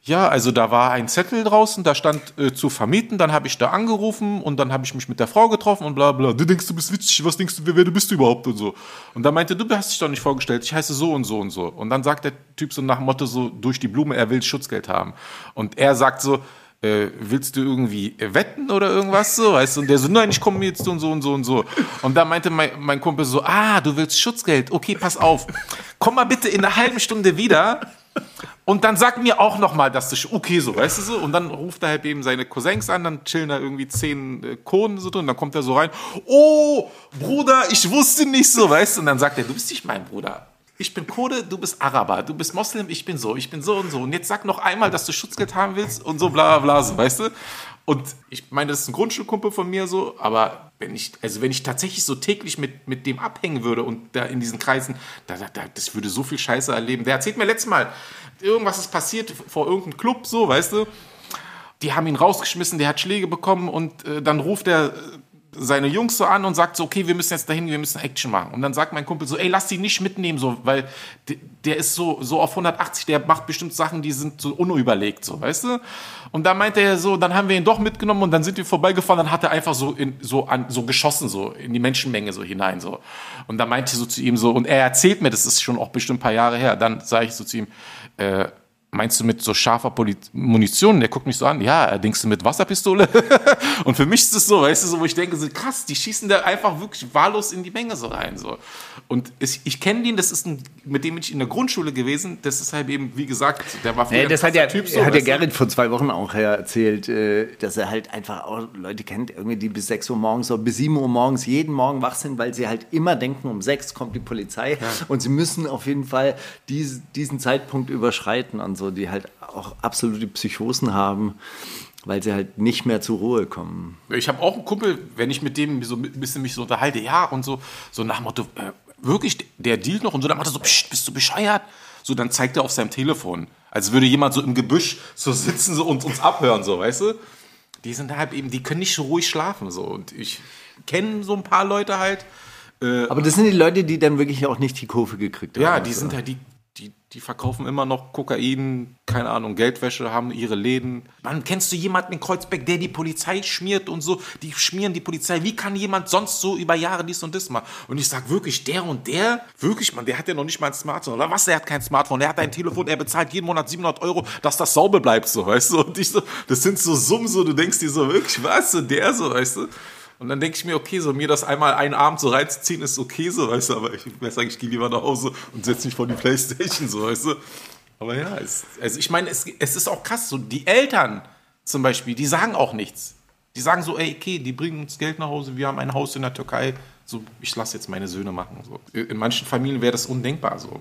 Ja, also da war ein Zettel draußen, da stand zu vermieten, dann habe ich da angerufen und dann habe ich mich mit der Frau getroffen und bla bla. Du denkst, du bist witzig, was denkst du, wer bist du überhaupt und so. Und dann meinte, du hast dich doch nicht vorgestellt, ich heiße so und so und so. Und dann sagt der Typ so nach dem Motto so durch die Blume, er will Schutzgeld haben. Und er sagt so, willst du irgendwie wetten oder irgendwas so, weißt du? Und der so, nein, ich komme jetzt und so und so und so. Und da meinte mein Kumpel so, du willst Schutzgeld, okay, pass auf, komm mal bitte in einer halben Stunde wieder und dann sag mir auch nochmal, dass du, okay, so, weißt du so, und dann ruft er halt eben seine Cousins an, dann chillen da irgendwie 10 Kohlen so drin, dann kommt er so rein, oh, Bruder, ich wusste nicht so, weißt du, und dann sagt er, du bist nicht mein Bruder. Ich bin Kurde, du bist Araber, du bist Moslem, ich bin so und so. Und jetzt sag noch einmal, dass du Schutzgeld haben willst und so bla bla bla, so, weißt du? Und ich meine, das ist ein Grundschulkumpel von mir so, aber wenn ich tatsächlich so täglich mit dem abhängen würde und da in diesen Kreisen, das würde so viel Scheiße erleben. Der erzählt mir letztes Mal, irgendwas ist passiert vor irgendeinem Club, so, weißt du? Die haben ihn rausgeschmissen, der hat Schläge bekommen und dann ruft er seine Jungs so an und sagt so, okay, wir müssen jetzt dahin, wir müssen Action machen. Und dann sagt mein Kumpel so, ey, lass die nicht mitnehmen, so, weil der ist so auf 180, der macht bestimmt Sachen, die sind so unüberlegt, so, weißt du? Und dann meinte er so, dann haben wir ihn doch mitgenommen und dann sind wir vorbeigefahren, dann hat er einfach so geschossen, so in die Menschenmenge so hinein, so. Und dann meinte ich so zu ihm so, und er erzählt mir, das ist schon auch bestimmt ein paar Jahre her, dann sage ich so zu ihm, meinst du mit so scharfer Munition? Der guckt mich so an, ja, denkst du mit Wasserpistole? Und für mich ist es so, weißt du, so, wo ich denke, so krass, die schießen da einfach wirklich wahllos in die Menge so rein, so. Und ich kenne den, das ist mit dem bin ich in der Grundschule gewesen, das ist halt eben, wie gesagt, der war früher das hat ja, Typ, so, hat ja Gerrit vor 2 Wochen auch erzählt, dass er halt einfach auch Leute kennt, irgendwie die bis 6 Uhr morgens oder bis 7 Uhr morgens jeden Morgen wach sind, weil sie halt immer denken, um 6 kommt die Polizei und sie müssen auf jeden Fall diesen Zeitpunkt überschreiten und so, die halt auch absolute Psychosen haben, weil sie halt nicht mehr zur Ruhe kommen. Ich habe auch einen Kumpel, wenn ich mit dem so ein bisschen mich so unterhalte, ja, und so nach dem Motto, wirklich, der dealt noch und so, dann macht er so, pst, bist du bescheuert? So, dann zeigt er auf seinem Telefon, als würde jemand so im Gebüsch so sitzen so und uns abhören, so, weißt du? Die sind halt eben, die können nicht so ruhig schlafen, so, und ich kenne so ein paar Leute halt. Aber das sind die Leute, die dann wirklich auch nicht die Kurve gekriegt haben. Ja, die sind halt die verkaufen immer noch Kokain, keine Ahnung, Geldwäsche, haben ihre Läden. Mann, kennst du jemanden in Kreuzberg, der die Polizei schmiert und so? Die schmieren die Polizei. Wie kann jemand sonst so über Jahre dies und das machen? Und ich sag wirklich, der und der, wirklich, Mann, der hat ja noch nicht mal ein Smartphone. Oder was, der hat kein Smartphone, der hat ein Telefon, er bezahlt jeden Monat 700 €, dass das sauber bleibt, so, weißt du? Und ich so, das sind so Summen, so, du denkst dir so, wirklich, was? Und der so, weißt du? Und dann denke ich mir, okay, so mir das einmal einen Abend so reinzuziehen, ist okay, so, weißt du, aber ich weiß eigentlich, ich gehe lieber nach Hause und setze mich vor die Playstation, so, weißt du. Aber ja, also ich meine, es ist auch krass, so die Eltern zum Beispiel, die sagen auch nichts. Die sagen so, ey, okay, die bringen uns Geld nach Hause, wir haben ein Haus in der Türkei, so, ich lasse jetzt meine Söhne machen. So. In manchen Familien wäre das undenkbar so.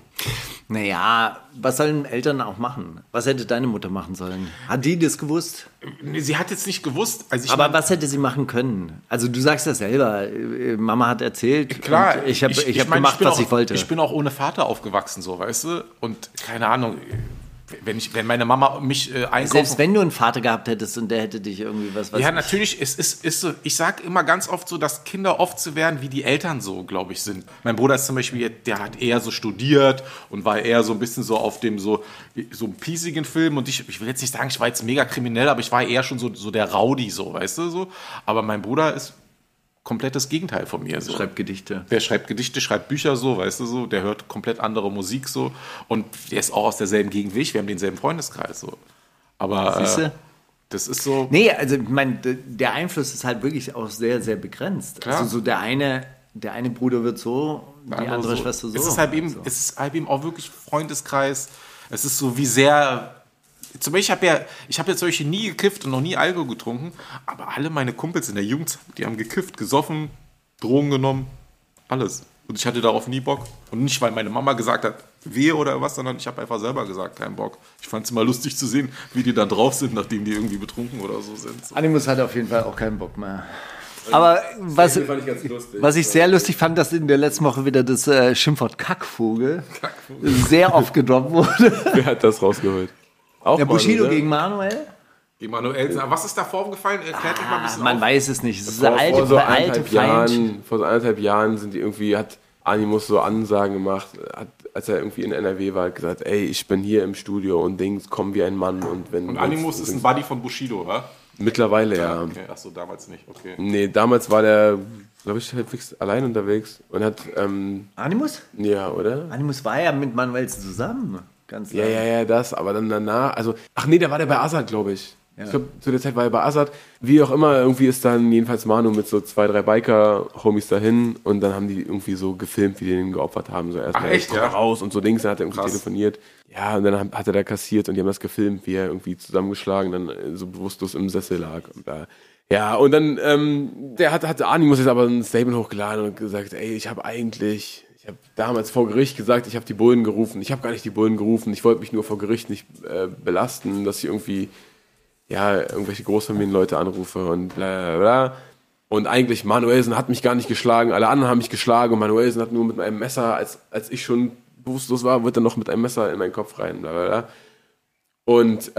Naja, was sollen Eltern auch machen? Was hätte deine Mutter machen sollen? Hat die das gewusst? Sie hat jetzt nicht gewusst. Also aber was hätte sie machen können? Also du sagst das selber, Mama hat erzählt, klar, ich hab gemacht, was ich wollte. Ich bin auch ohne Vater aufgewachsen, so, weißt du? Und keine Ahnung, wenn meine Mama mich einkaufen... Selbst wenn du einen Vater gehabt hättest und der hätte dich irgendwie was... Ja, natürlich, es ist so, ich sage immer ganz oft so, dass Kinder oft so werden, wie die Eltern so, glaube ich, sind. Mein Bruder ist zum Beispiel, der hat eher so studiert und war eher so ein bisschen so auf dem so einem piesigen Film und ich will jetzt nicht sagen, ich war jetzt mega kriminell, aber ich war eher schon so der Rowdy, so, weißt du, so. Aber mein Bruder ist komplettes Gegenteil von mir. So. Schreibt Gedichte. Der schreibt Gedichte, schreibt Bücher so, weißt du so. Der hört komplett andere Musik so. Und der ist auch aus derselben Gegend wie ich. Wir haben denselben Freundeskreis so. Aber das ist so... Nee, also ich meine, der Einfluss ist halt wirklich auch sehr, sehr begrenzt. Klar. Also so der eine Bruder wird so, die andere Schwester so. Es ist halt eben auch wirklich Freundeskreis. Es ist so wie sehr... Zum Beispiel, ich habe ja zum Beispiel nie gekifft und noch nie Alkohol getrunken, aber alle meine Kumpels in der Jugend, die haben gekifft, gesoffen, Drogen genommen, alles. Und ich hatte darauf nie Bock. Und nicht, weil meine Mama gesagt hat, wehe oder was, sondern ich habe einfach selber gesagt, keinen Bock. Ich fand es immer lustig zu sehen, wie die da drauf sind, nachdem die irgendwie betrunken oder so sind. So. Animus hatte auf jeden Fall auch keinen Bock mehr. Aber was ich sehr lustig fand, dass in der letzten Woche wieder das Schimpfwort Kackvogel sehr oft gedroppt wurde. Wer hat das rausgeholt? Auch der Bushido Manuel? Gegen Manuel? Gegen Manuel. Was ist da vorgefallen? Erklärt euch mal ein bisschen Man auf. weiß es nicht. Es ist Vor so alte Feind. Vor so 1,5 Jahren sind die irgendwie, hat Animus so Ansagen gemacht, hat, als er irgendwie in NRW war, hat gesagt, ey, ich bin hier im Studio und Dings, komm wie ein Mann. Und Animus ist ein Buddy von Bushido, oder? Mittlerweile, ja. Okay. Achso, damals nicht, okay. Nee, damals war der, glaube ich, halbwegs allein unterwegs und hat... Animus? Ja, oder? Animus war ja mit Manuelsen zusammen. Ganz Ja, das, aber dann danach, also, ach nee, da war der bei Azad, glaube ich. Ja. Ich glaube, zu der Zeit war er bei Azad. Wie auch immer, irgendwie ist dann jedenfalls Manu mit so 2, 3 Biker-Homies dahin und dann haben die irgendwie so gefilmt, wie die den geopfert haben. So erstmal raus und so Dings, dann hat er irgendwie telefoniert. Ja, und dann hat er da kassiert und die haben das gefilmt, wie er irgendwie zusammengeschlagen dann so bewusstlos im Sessel lag. Und da, ja, und dann, hat Animus jetzt aber ein Statement hochgeladen und gesagt, ey, ich habe damals vor Gericht gesagt, ich habe die Bullen gerufen. Ich habe gar nicht die Bullen gerufen. Ich wollte mich nur vor Gericht nicht belasten, dass ich irgendwie irgendwelche Großfamilienleute anrufe und bla bla bla. Und eigentlich, Manuelsen hat mich gar nicht geschlagen, alle anderen haben mich geschlagen und Manuelsen hat nur mit einem Messer, als ich schon bewusstlos war, wird er noch mit einem Messer in meinen Kopf rein, bla bla bla. Und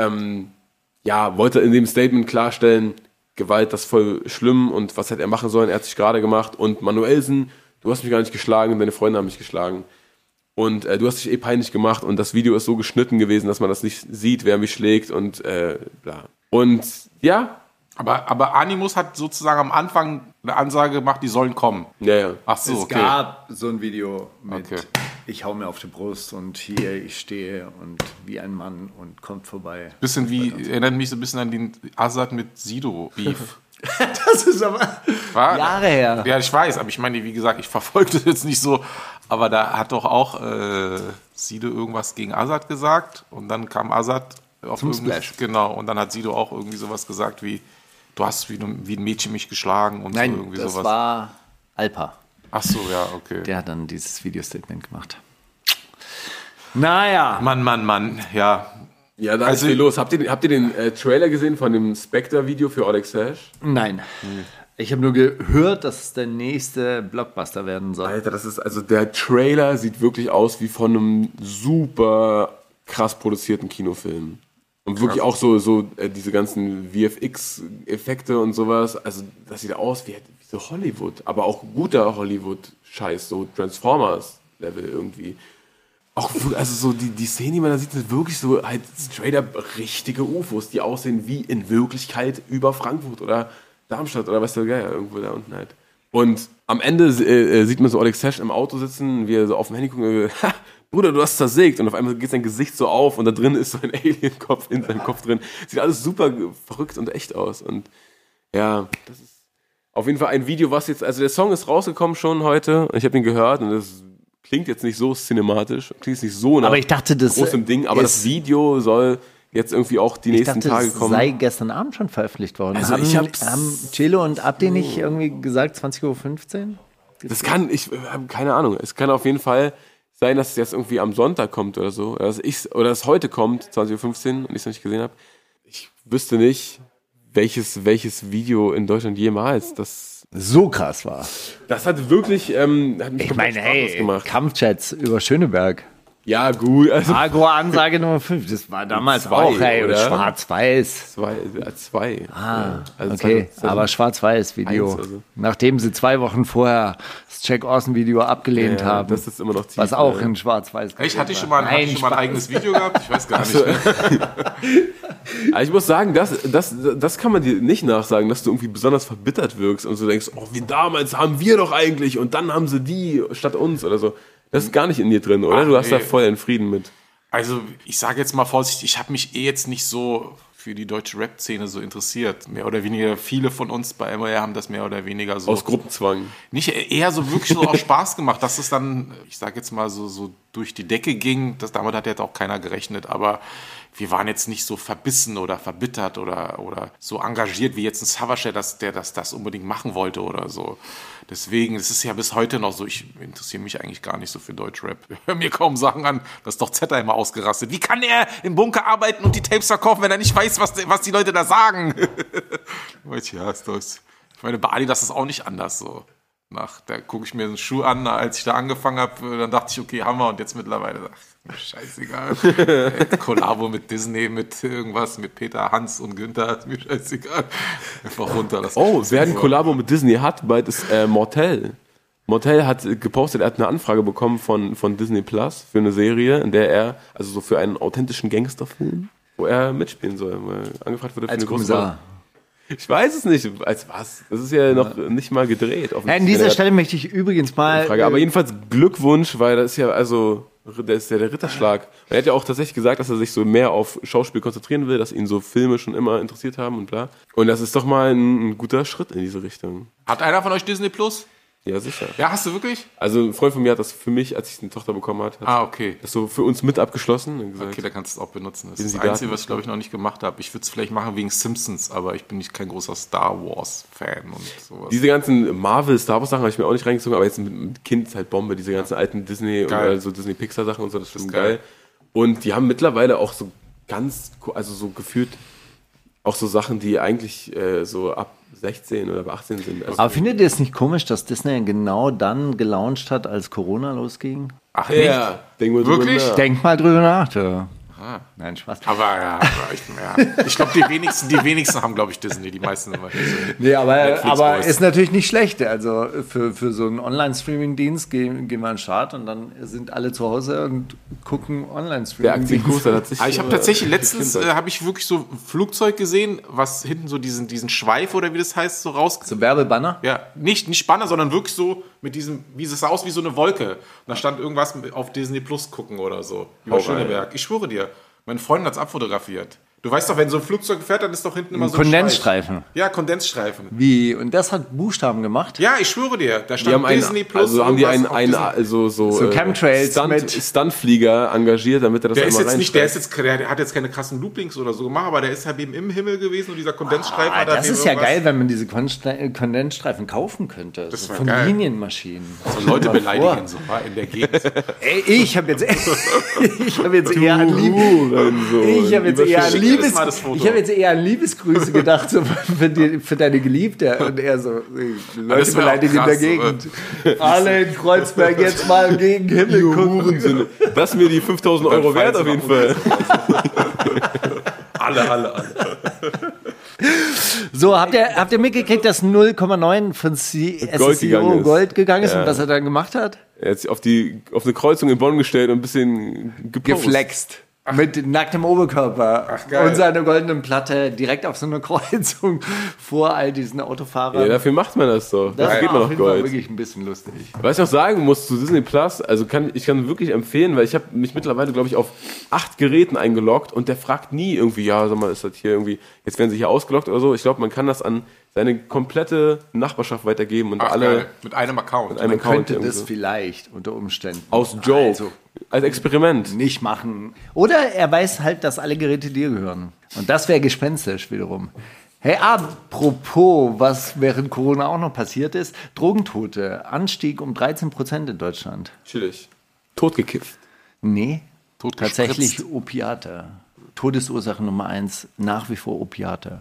wollte in dem Statement klarstellen, Gewalt, das ist voll schlimm und was hätte er machen sollen, er hat sich gerade gemacht und Manuelsen, du hast mich gar nicht geschlagen, deine Freunde haben mich geschlagen. Und du hast dich peinlich gemacht und das Video ist so geschnitten gewesen, dass man das nicht sieht, wer mich schlägt und bla. Und ja. Aber Animus hat sozusagen am Anfang eine Ansage gemacht, die sollen kommen. Ja. Ach so, es gab so ein Video mit ich hau mir auf die Brust und hier ich stehe und wie ein Mann und kommt vorbei. Bisschen erinnert mich so ein bisschen an den Azad mit Sido-Beef. Das ist aber Jahre her. Ja, ich weiß, aber ich meine, wie gesagt, ich verfolge das jetzt nicht so. Aber da hat doch auch Sido irgendwas gegen Azad gesagt und dann kam Azad auf zum Splash. Genau, und dann hat Sido auch irgendwie sowas gesagt wie, du hast wie ein Mädchen mich geschlagen und Nein, so irgendwie das sowas. war Alpa. Ach so, ja, okay. Der hat dann dieses Video-Statement gemacht. Naja. Mann, ja. Ja, da ist viel los. Habt ihr den Trailer gesehen von dem Spectre-Video für Odex Hash? Nein. Ich habe nur gehört, dass es der nächste Blockbuster werden soll. Alter, der Trailer sieht wirklich aus wie von einem super krass produzierten Kinofilm. Und wirklich auch so diese ganzen VFX-Effekte und sowas. Also das sieht aus wie so Hollywood, aber auch guter Hollywood-Scheiß, so Transformers-Level irgendwie. Auch, also so die Szenen, die man da sieht, sind wirklich so halt straight up richtige UFOs, die aussehen wie in Wirklichkeit über Frankfurt oder Darmstadt oder was der Geier, irgendwo da unten halt. Und am Ende sieht man so Odex Hash im Auto sitzen, wie er so auf dem Handy guckt und ha, Bruder, du hast zersägt. Und auf einmal geht sein Gesicht so auf und da drin ist so ein Alien-Kopf in seinem Kopf drin. Sieht alles super verrückt und echt aus. Und ja, das ist auf jeden Fall ein Video, was jetzt, also der Song ist rausgekommen schon heute. Ich habe ihn gehört und das klingt jetzt nicht so cinematisch, klingt nicht so nach aber ich dachte, das großem Ding, aber das Video soll jetzt irgendwie auch die nächsten Tage kommen. Das sei gestern Abend schon veröffentlicht worden. Also haben Celo und Abdi nicht irgendwie gesagt 20.15 Uhr? Das kann, ich habe keine Ahnung. Es kann auf jeden Fall sein, dass es jetzt irgendwie am Sonntag kommt oder so. Oder dass es heute kommt, 20.15 Uhr, und ich es noch nicht gesehen habe. Ich wüsste nicht, welches Video in Deutschland jemals das so krass war. Das hat wirklich hat mich ich meine, Spaß gemacht. Kampfjets über Schöneberg. Ja, gut. Also Agro-Ansage Nummer 5. Das war damals auch, oder? Schwarz-Weiß. Zwei. Also okay, aber Schwarz-Weiß-Video. Also. Nachdem sie 2 Wochen vorher das Jack Orson-Video abgelehnt haben. Das ist immer noch tief, was auch in Schwarz-Weiß war. Hatte ich schon mal ein eigenes Video gehabt? Ich weiß gar nicht. Ich muss sagen, das kann man dir nicht nachsagen, dass du irgendwie besonders verbittert wirkst und so denkst, oh, wie damals haben wir doch eigentlich und dann haben sie die statt uns oder so. Das ist gar nicht in dir drin, oder? Du hast da voll einen Frieden mit. Also, ich sage jetzt mal vorsichtig, ich habe mich jetzt nicht so für die deutsche Rap-Szene so interessiert. Mehr oder weniger, viele von uns bei MR haben das mehr oder weniger so... Aus Gruppenzwang. Nicht eher so wirklich so auch Spaß gemacht, dass es dann, ich sage jetzt mal so durch die Decke ging. Damit hat jetzt auch keiner gerechnet, aber wir waren jetzt nicht so verbissen oder verbittert oder so engagiert wie jetzt ein Savage, der das unbedingt machen wollte oder so. Deswegen, es ist ja bis heute noch so, ich interessiere mich eigentlich gar nicht so für Deutschrap. Ich höre mir kaum Sachen an, das ist doch Zeta immer ausgerastet. Wie kann er im Bunker arbeiten und die Tapes verkaufen, wenn er nicht weiß, was die Leute da sagen? Ja, ist doch... Ich meine, bei Adidas ist das auch nicht anders so. Da gucke ich mir einen Schuh an, als ich da angefangen habe, dann dachte ich, okay, Hammer, und jetzt mittlerweile, ach, scheißegal. Kollabo mit Disney, mit irgendwas, mit Peter, Hans und Günther, ist mir scheißegal. Einfach runter. Wer ein Kollabo mit Disney hat, bald ist Mortel. Mortel hat gepostet, er hat eine Anfrage bekommen von Disney Plus für eine Serie, in der er, also so für einen authentischen Gangsterfilm, wo er mitspielen soll, weil angefragt wurde für Als eine große Kommissar. Rolle. Ich weiß es nicht. Als was? Das ist ja noch nicht mal gedreht. An dieser Stelle möchte ich übrigens mal... Frage. Aber jedenfalls Glückwunsch, weil das ist ja also... Das ist ja der Ritterschlag. Er hat ja auch tatsächlich gesagt, dass er sich so mehr auf Schauspiel konzentrieren will, dass ihn so Filme schon immer interessiert haben und bla. Und das ist doch mal ein guter Schritt in diese Richtung. Hat einer von euch Disney Plus? Ja, sicher. Ja, hast du wirklich? Also ein Freund von mir hat das für mich, als ich eine Tochter bekommen hat Okay. das so für uns mit abgeschlossen. Und gesagt, Okay, da kannst du es auch benutzen. Das Sind ist Sie das Einzige, Daten? was ich, glaube ich, noch nicht gemacht habe. Ich würde es vielleicht machen wegen Simpsons, aber ich bin nicht kein großer Star Wars-Fan und sowas. diese ganzen Marvel, Star Wars Sachen habe ich mir auch nicht reingezogen, aber jetzt mit Kind ist halt Bombe, diese ganzen alten Disney Geil. oder so Disney Pixar Sachen und so, das ist schon geil. geil. Und die haben mittlerweile auch so also so gefühlt auch so Sachen, die eigentlich so ab 16 oder ab 18 sind. Also Aber findet ihr es nicht komisch, dass Disney genau dann gelauncht hat, als Corona losging? Ach, ja, denk mal drüber Wirklich? nach. Denk mal drüber nach. Du. Nein, Spaß. Aber ja, ich glaube, die wenigsten haben, glaube ich, Disney, die meisten sind nicht so. Nee, aber Netflix-Boys. ist natürlich nicht schlecht. Also für so einen Online-Streaming-Dienst gehen wir an den Start und dann sind alle zu Hause und gucken Der Online-Streaming-Dienst. Aktienkurs, der hat sich... Ich habe tatsächlich letztens habe ich wirklich so ein Flugzeug gesehen, was hinten so diesen Schweif oder wie das heißt, so raus. So Werbebanner? Ja, nicht Spanner, sondern wirklich so mit diesem, wie es sah aus wie so eine Wolke. Und da stand irgendwas auf Disney Plus gucken oder so. Über Hau rein. Schöneberg. Ich schwöre dir, meine Freundin hat es abfotografiert. Du weißt doch, wenn so ein Flugzeug fährt, dann ist doch hinten immer so ein Kondensstreifen. Schweif. Ja, Kondensstreifen. Wie? Und das hat Buchstaben gemacht? Ja, ich schwöre dir, da Die stand haben Disney Plus. also haben die irgendwas einen auf Disney. So Chemtrails mit- Stuntflieger engagiert, damit er das Der ist einmal jetzt nicht, der hat jetzt keine krassen Loopings oder so gemacht, aber der ist halt eben im Himmel gewesen und dieser Kondensstreifen hat Das eben ist ja irgendwas- geil, wenn man diese Kondensstreifen kaufen könnte. Das So wär von geil. Linienmaschinen. So Leute Stell dir mal beleidigen so in der Gegend. Ey, ich habe jetzt eher an Schick mir das Foto. Ich habe jetzt eher an Liebesgrüße gedacht so für deine Geliebte und eher so Leute das wär auch beleidigen in der krass, Gegend. Alle in Kreuzberg jetzt mal gegen Himmel gucken. Das ist mir die 5.000 Euro wert auf jeden Fall. Alle. So, habt ihr mitgekriegt, dass 0,9 von SSCO Gold gegangen ist und was er dann gemacht hat? Er hat sich auf eine Kreuzung in Bonn gestellt und ein bisschen Geflext. Mit nacktem Oberkörper geil. und seiner goldenen Platte direkt auf so einer Kreuzung vor all diesen Autofahrern. Ja, dafür macht man das doch. das Das geht war man auf noch jeden Fall Gold. wirklich ein bisschen lustig. Was ich noch sagen muss zu Disney Plus, also ich kann wirklich empfehlen, weil ich habe mich mittlerweile, glaube ich, auf 8 Geräten eingeloggt und der fragt nie irgendwie, ja, sag mal, ist das hier irgendwie, jetzt werden sie hier ausgeloggt oder so. Ich glaube, man kann das an seine komplette Nachbarschaft weitergeben und Ach, alle geil. Mit einem Account. einem Account Könnte irgendwie das so. vielleicht unter Umständen Aus Joke, also als Experiment. nicht machen. Oder er weiß halt, dass alle Geräte dir gehören. Und das wäre gespenstisch wiederum. Hey, apropos, was während Corona auch noch passiert ist, Drogentote, Anstieg um 13% in Deutschland. Chillig. Totgekifft. Nee, Totgespritzt. tatsächlich Opiate. Todesursache Nummer 1, nach wie vor Opiate.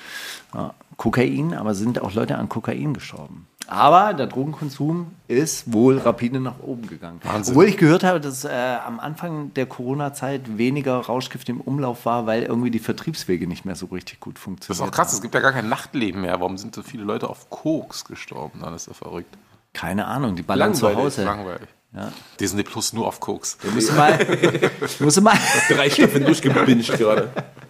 Ja, Kokain, aber sind auch Leute an Kokain gestorben. Aber der Drogenkonsum ist wohl rapide nach oben gegangen. Wahnsinn. Obwohl ich gehört habe, dass am Anfang der Corona-Zeit weniger Rauschgift im Umlauf war, weil irgendwie die Vertriebswege nicht mehr so richtig gut Das funktionieren. ist auch krass, es gibt ja gar kein Nachtleben mehr. Warum sind so viele Leute auf Koks gestorben? Das ist ja verrückt. Keine Ahnung, die ballern zu Langweilig, Hause. Langweilig. Ja. Disney Plus nur auf Koks. Musst du mal 3 Staffeln durchgebinged gerade.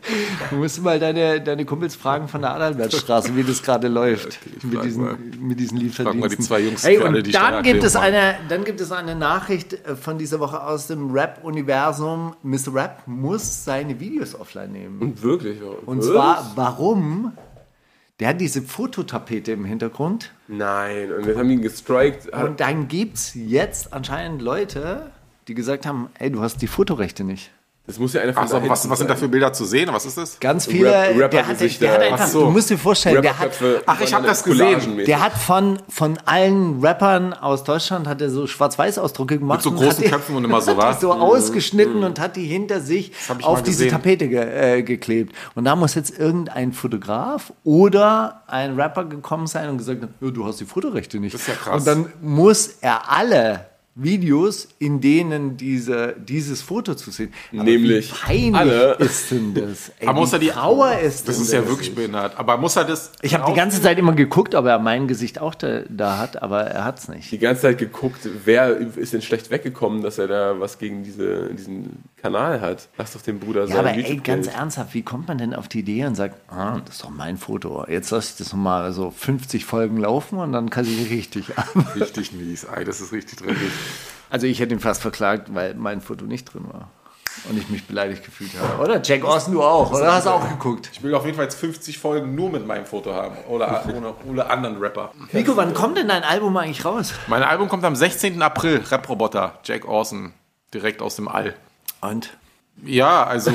Du musst mal deine Kumpels fragen von der Adalbertstraße, wie das gerade läuft mit frag mal. diesen Lieferdiensten. Frag mal die 2 Jungs Hey, für alle, und die dann gibt, es Steuererklärung gibt es eine Nachricht von dieser Woche aus dem Rap-Universum. Mr. Rap muss seine Videos offline nehmen. Und wirklich. Und zwar, warum? Der hat diese Fototapete im Hintergrund. Nein, und jetzt haben die ihn gestrikt. Und dann gibt es jetzt anscheinend Leute, die gesagt haben, ey, du hast die Fotorechte nicht. Das muss ja einer von Achso, da was hinten sind da sein. für Bilder zu sehen? Was ist das? Ganz viele, Rapper-Gesichter. der hat einfach, Ach so. du musst dir vorstellen, der hat, Rapperköpfe Ach, ich hab übereinander das gesehen. collagenmäßig. Der hat von allen Rappern aus Deutschland hat er so Schwarz-Weiß-Ausdrucke gemacht. Mit so und großen hat die- Köpfen und immer so, hat was? die so ausgeschnitten und hat die hinter sich hab ich auf mal diese gesehen. Tapete geklebt. Und da muss jetzt irgendein Fotograf oder ein Rapper gekommen sein und gesagt haben, ja, du hast die Fotorechte nicht. Das ist ja krass. Und dann muss er alle Videos, in denen dieses Foto zu sehen. Aber Nämlich wie peinlich alle. ist denn das? Ey, Aber muss er wie trauer ist das denn ist ja wirklich behindert. Aber muss er das... Ich habe die ganze Zeit immer geguckt, ob er mein Gesicht auch da hat, aber er hat's nicht. Die ganze Zeit geguckt, wer ist denn schlecht weggekommen, dass er da was gegen diesen Kanal hat. Lass doch den Bruder Ja, sein. aber ey, ganz ernsthaft, wie kommt man denn auf die Idee und sagt, das ist doch mein Foto. Jetzt lasse ich das nochmal so 50 Folgen laufen und dann kassiere ich richtig ab. Richtig mies. Ey, das ist richtig dreckig. Also ich hätte ihn fast verklagt, weil mein Foto nicht drin war. Und ich mich beleidigt gefühlt habe. Oder Jack Austin, du auch, oder? Hast du auch geguckt? Ich will auf jeden Fall jetzt 50 Folgen nur mit meinem Foto haben. Oder ohne anderen Rapper. Nico, wann kommt denn dein Album eigentlich raus? Mein Album kommt am 16. April. Rap-Roboter. Jack Austin. Direkt aus dem All. Und? Ja, also...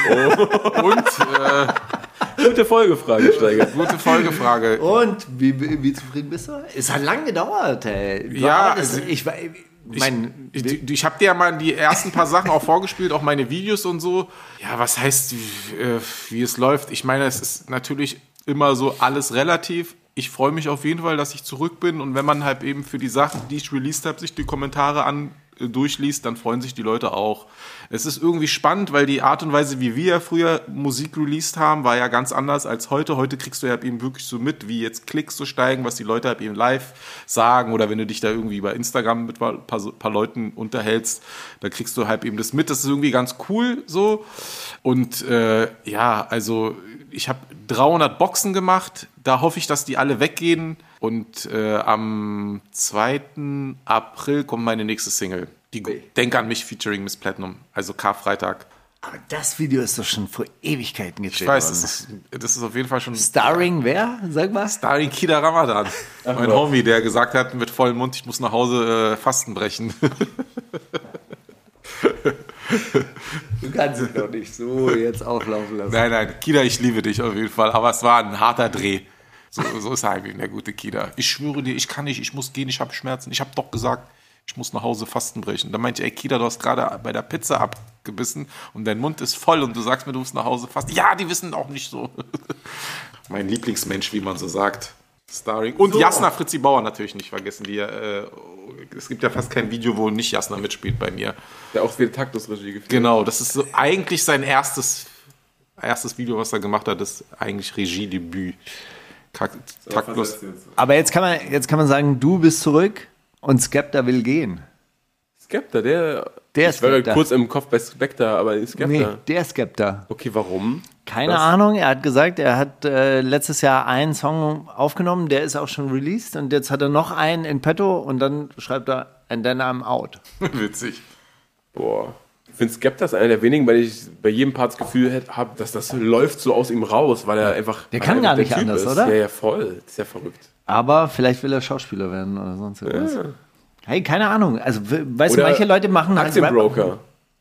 Gute Folgefrage, Steiger. Gute Folgefrage. Und wie zufrieden bist du? Es hat lang gedauert, ey. Ja, ich habe dir ja mal die ersten paar Sachen auch vorgespielt, auch meine Videos und so. Ja, was heißt, wie es läuft? Ich meine, es ist natürlich immer so alles relativ. Ich freue mich auf jeden Fall, dass ich zurück bin. Und wenn man halt eben für die Sachen, die ich released habe, sich die Kommentare durchliest, dann freuen sich die Leute auch. Es ist irgendwie spannend, weil die Art und Weise, wie wir früher Musik released haben, war ja ganz anders als heute. Heute kriegst du ja eben wirklich so mit, wie jetzt Klicks so steigen, was die Leute halt eben live sagen, oder wenn du dich da irgendwie bei Instagram mit ein paar Leuten unterhältst, da kriegst du halt eben das mit. Das ist irgendwie ganz cool so. Und also ich habe 300 Boxen gemacht. Da hoffe ich, dass die alle weggehen. Und am 2. April kommt meine nächste Single. Die Denk an mich featuring Miss Platinum. Also Karfreitag. Aber das Video ist doch schon vor Ewigkeiten gedreht Ich weiß, worden. das ist auf jeden Fall schon... Starring wer? Sag mal. Starring Kida Ramadan. Mein Homie, der gesagt hat mit vollem Mund, ich muss nach Hause Fasten brechen. Du kannst es doch nicht so jetzt auflaufen lassen. Nein, Kida, ich liebe dich auf jeden Fall. Aber es war ein harter Dreh. So ist er eigentlich der gute Kida. Ich schwöre dir, ich kann nicht, ich muss gehen, ich habe Schmerzen. Ich habe doch gesagt, ich muss nach Hause Fasten brechen. Dann meinte ich, ey Kida, du hast gerade bei der Pizza abgebissen und dein Mund ist voll und du sagst mir, du musst nach Hause fasten. Ja, die wissen auch nicht so. Mein Lieblingsmensch, wie man so sagt. Starring. Und so. Jasna Fritzi Bauer natürlich nicht vergessen. Es gibt ja fast kein Video, wo nicht Jasna mitspielt bei mir. Der auch wieder Taktus-Regie geführt. Genau, das ist so eigentlich sein erstes Video, was er gemacht hat, ist eigentlich Regiedebüt. Taktlos. Aber jetzt kann man sagen, du bist zurück und Skepta will gehen. Skepta, der ist ich war kurz im Kopf bei Spectre, aber Skepta. Nee, der Skepta. Okay, warum? Keine Ahnung, er hat gesagt, er hat letztes Jahr einen Song aufgenommen, der ist auch schon released und jetzt hat er noch einen in petto und dann schreibt er, and then I'm out. Witzig. Boah. Ich finde Skepta ist einer der wenigen, weil ich bei jedem Part das Gefühl habe, dass das läuft so aus ihm raus, weil er einfach... Der kann gar nicht anders, oder? Ja, voll. Das ist ja verrückt. Aber vielleicht will er Schauspieler werden oder sonst irgendwas. Ja. Hey, keine Ahnung. Also, weißt oder du, manche Leute machen halt Aktienbroker.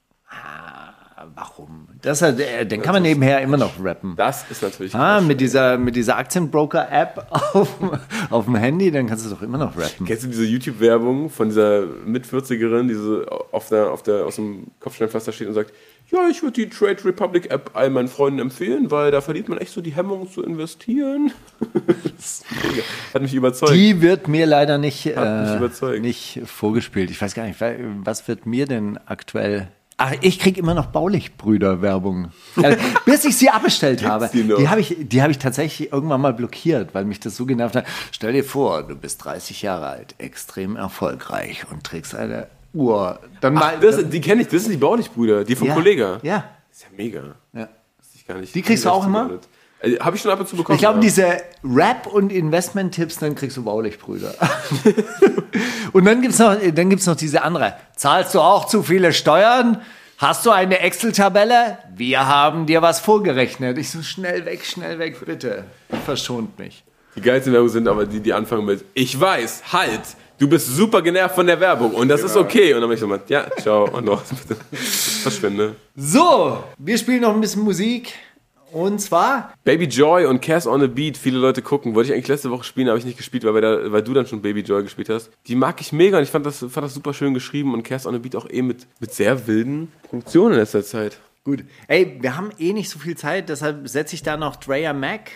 Warum? Den kann man nebenher immer noch rappen. Das ist natürlich mit dieser Aktienbroker-App auf dem Handy, dann kannst du doch immer noch rappen. Kennst du diese YouTube-Werbung von dieser Mit-40erin, die so aus dem Kopfsteinpflaster steht und sagt, ja, ich würde die Trade Republic App all meinen Freunden empfehlen, weil da verliert man echt so die Hemmung zu investieren. Hat mich überzeugt. Die wird mir leider nicht vorgespielt. Ich weiß gar nicht, was wird mir denn aktuell... Ach, ich kriege immer noch Baulichtbrüder-Werbung. Bis ich sie abbestellt habe. Die habe ich tatsächlich irgendwann mal blockiert, weil mich das so genervt hat. Stell dir vor, du bist 30 Jahre alt, extrem erfolgreich und trägst eine Uhr. Die kenne ich, das sind die Baulichtbrüder, die vom Kollega. Ja. Das ist ja mega. Ja. Ich gar nicht. Die kriegst du auch immer? Habe ich schon ab und zu bekommen. Ich glaube, diese Rap- und Investment-Tipps, dann kriegst du Baulichtbrüder. Und dann gibt's noch diese andere. Zahlst du auch zu viele Steuern? Hast du eine Excel-Tabelle? Wir haben dir was vorgerechnet. Ich so, schnell weg, bitte. Verschont mich. Die geilsten Werbung sind aber die anfangen mit, ich weiß, halt, du bist super genervt von der Werbung und das ist okay. Und dann bin ich so, ja, ciao und noch, bitte, verschwinde. So, wir spielen noch ein bisschen Musik. Und zwar? Baby Joy und Cass on the Beat, viele Leute gucken. Wollte ich eigentlich letzte Woche spielen, habe ich nicht gespielt, weil du dann schon Baby Joy gespielt hast. Die mag ich mega und ich fand das super schön geschrieben und Cass on the Beat auch mit sehr wilden Produktionen in letzter Zeit. Gut. Ey, wir haben nicht so viel Zeit, deshalb setze ich da noch Drea Mac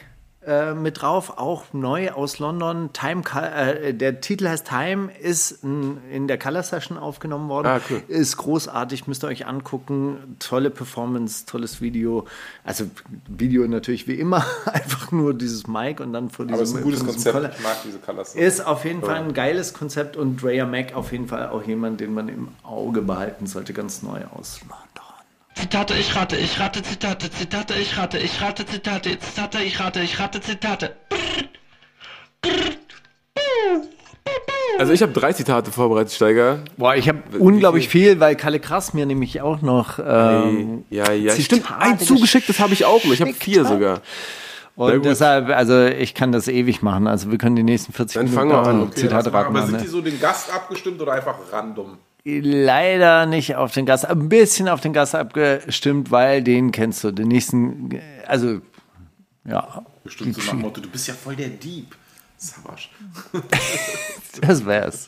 mit drauf, auch neu aus London. Der Titel heißt Time, ist in der Color Session aufgenommen worden. Cool. Ist großartig, müsst ihr euch angucken. Tolle Performance, tolles Video. Also Video natürlich wie immer, einfach nur dieses Mic und dann vor diesem. Aber es ist ein gutes Konzept, ich mag diese Color Session. Ist auf jeden Fall ein geiles Konzept und Dreyer Mack auf jeden Fall auch jemand, den man im Auge behalten sollte, ganz neu aus London. Zitate, ich rate, Zitate, Zitate, ich rate, Zitate, Zitate, ich rate, Zitate. Also ich habe 3 Zitate vorbereitet, Steiger. Boah, ich habe unglaublich viel, weil Kalle Krass mir nämlich auch noch stimmt, ein zugeschicktes habe ich auch noch. Ich habe 4 sogar. Und deshalb, also ich kann das ewig machen. Also wir können die nächsten 40 Minuten fangen wir an. Okay, Zitate raten. Aber sind die so den Gast abgestimmt oder einfach random? Leider nicht auf den Gast, ein bisschen auf den Gast abgestimmt, weil den kennst du. Den nächsten, also, ja. Bestimmt so nach dem Motto, du bist ja voll der Dieb. Savage. Das wär's.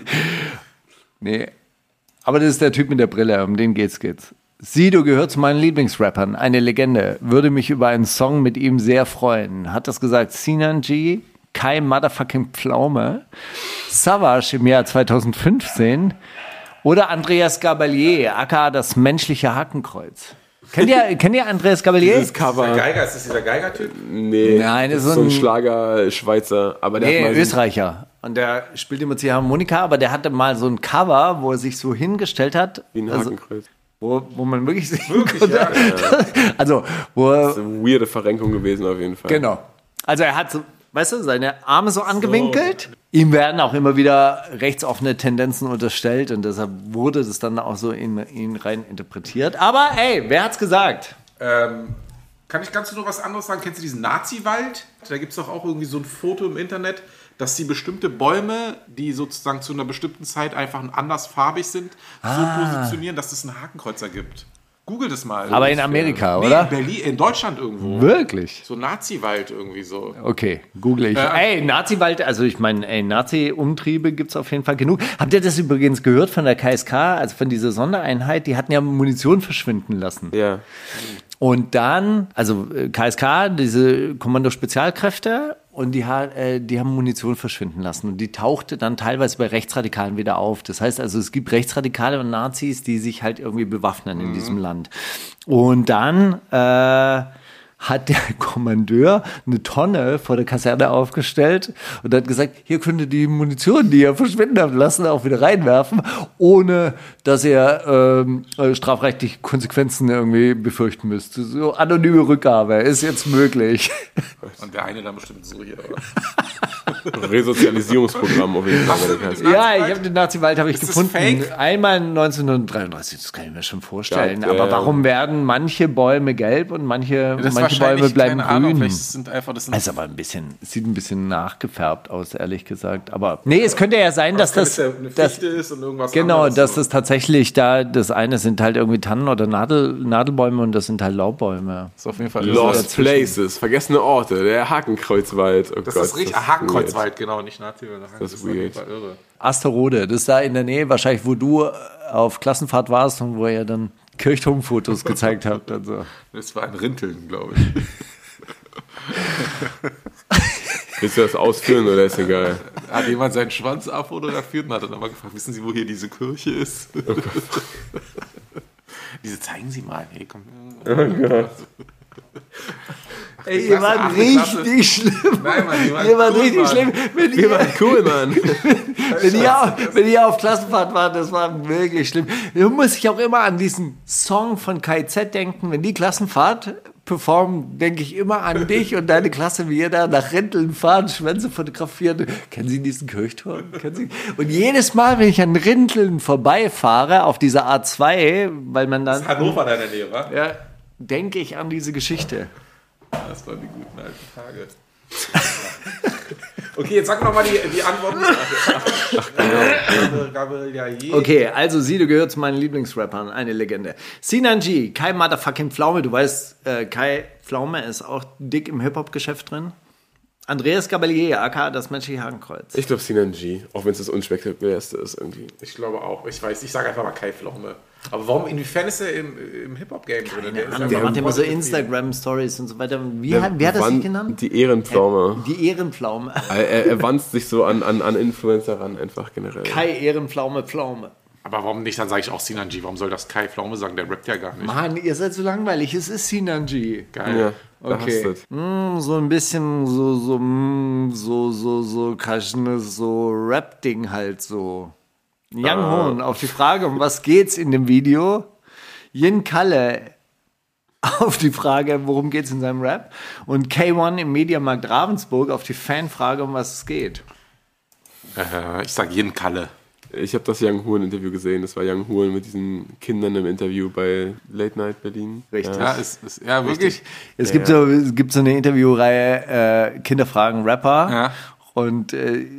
Nee. Aber das ist der Typ mit der Brille, um den geht's. Sido gehört zu meinen Lieblingsrappern, eine Legende. Würde mich über einen Song mit ihm sehr freuen. Hat das gesagt Sinan G, Kai Motherfucking Pflaume, Savage im Jahr 2015 oder Andreas Gabalier, aka das menschliche Hakenkreuz. Kennt ihr Andreas Gabalier? Dieses Cover. Ist das dieser Geiger-Typ? Nee, nein, das ist so ein Schlager-Schweizer. Aber der hat mal Österreicher. Und der spielt immer Ziehharmonika, aber der hatte mal so ein Cover, wo er sich so hingestellt hat. Wie ein Hakenkreuz. Wo man wirklich sehen konnte. Ja. Also, das ist eine weirde Verrenkung gewesen auf jeden Fall. Genau. Also er hat so, weißt du, seine Arme so angewinkelt. So. Ihm werden auch immer wieder rechtsoffene Tendenzen unterstellt und deshalb wurde das dann auch so in ihn rein interpretiert. Aber ey, wer hat's gesagt? Kann ich ganz nur was anderes sagen? Kennst du diesen Nazi-Wald? Da gibt es doch auch irgendwie so ein Foto im Internet, dass die bestimmte Bäume, die sozusagen zu einer bestimmten Zeit einfach andersfarbig sind, so positionieren, dass es einen Hakenkreuzer gibt. Google das mal. Aber in Amerika, oder? In Berlin, in Deutschland irgendwo. Wirklich? So Nazi-Wald irgendwie so. Okay, google ich. Nazi-Wald, also ich meine, Nazi-Umtriebe gibt es auf jeden Fall genug. Habt ihr das übrigens gehört von der KSK, also von dieser Sondereinheit? Die hatten ja Munition verschwinden lassen. Ja. Und dann, also KSK, diese Kommando-Spezialkräfte, und die haben Munition verschwinden lassen. Und die tauchte dann teilweise bei Rechtsradikalen wieder auf. Das heißt also, es gibt Rechtsradikale und Nazis, die sich halt irgendwie bewaffnen in diesem Land. Und dann hat der Kommandeur eine Tonne vor der Kaserne aufgestellt und hat gesagt, hier könnt ihr die Munition, die ihr verschwinden habt lassen, auch wieder reinwerfen, ohne dass ihr strafrechtliche Konsequenzen irgendwie befürchten müsst. So anonyme Rückgabe ist jetzt möglich. Und der eine dann bestimmt so hier, oder? Resozialisierungsprogramm auf jeden Fall. Ja, ich habe den Nazi-Wald gefunden. Einmal 1933, das kann ich mir schon vorstellen. Ja, aber warum werden manche Bäume gelb und manche Bäume bleiben grün? Das ist aber sieht ein bisschen nachgefärbt aus, ehrlich gesagt. Aber nee, es könnte ja sein, dass das eine Fichte ist und irgendwas genau, anderes, dass das tatsächlich das eine sind halt irgendwie Tannen oder Nadelbäume und das sind halt Laubbäume. Das ist auf jeden Fall Lost Places, vergessene Orte, der Hakenkreuzwald. Oh das Gott, ist richtig. Hakenkreuzwald, genau, nicht Nazi-Wald. Das ist weird. Irre. Asterode, das ist da in der Nähe, wahrscheinlich, wo du auf Klassenfahrt warst und wo ihr dann Kirchturmfotos gezeigt habt. Und so. Das war ein Rinteln, glaube ich. Willst du das ausführen oder ist egal? Hat jemand seinen Schwanz abfotografiert und hat dann mal gefragt, wissen Sie, wo hier diese Kirche ist? Oh diese zeigen Sie mal. Hey, komm. Oh Gott. Ey, ihr wart richtig schlimm. Nein, Mann, ihr wart richtig schlimm. Wir waren cool, Mann. Wenn ihr auf Klassenfahrt wart, das war wirklich schlimm. Da muss ich auch immer an diesen Song von KZ denken. Wenn die Klassenfahrt performen, denke ich immer an dich und deine Klasse, wie ihr da nach Rinteln fahren, Schwänze fotografieren. Kennen Sie diesen Kirchturm? Und jedes Mal, wenn ich an Rinteln vorbeifahre, auf dieser A2, weil man dann... Das ist Hannover in der Nähe, wa? Ja, denke ich an diese Geschichte. Das waren die guten alten Tage. Okay, jetzt sag noch mal die Antworten. Okay, also Sido gehört zu meinen Lieblingsrappern, eine Legende. Sinan G, Kai Motherfucking Pflaume, du weißt, Kai Pflaume ist auch dick im Hip-Hop-Geschäft drin. Andreas Gabalier, aka das menschliche Hakenkreuz. Ich glaube Sinan G, auch wenn es das unspektakulärste ist irgendwie. Ich glaube auch. Ich sage einfach mal Kai Pflaume. Aber warum, inwiefern ist er im Hip-Hop-Game drin? Der macht immer so Instagram-Stories und so weiter. Wer hat das sich genannt? Die Ehrenpflaume. Die Ehrenpflaume. Er wanzt sich so an Influencer ran, einfach generell. Kai Ehrenpflaume, Pflaume. Aber warum nicht? Dann sage ich auch Sinan G. Warum soll das Kai Pflaume sagen? Der rappt ja gar nicht. Mann, ihr seid so langweilig. Es ist Sinan G. Geil. Ja, Okay. So ein bisschen so Kaschnes, so Rap-Ding halt so. Young Hoon, auf die Frage, um was geht's in dem Video? Yin Kalle auf die Frage, worum geht's in seinem Rap? Und K1 im Mediamarkt Ravensburg auf die Fanfrage, um was es geht. Ich sag Yin Kalle. Ich habe das Young Horn-Interview gesehen. Das war Young Horn mit diesen Kindern im Interview bei Late Night Berlin. Richtig. Ja, wirklich. Es gibt so eine Interviewreihe Kinder fragen Rapper. Ja. Und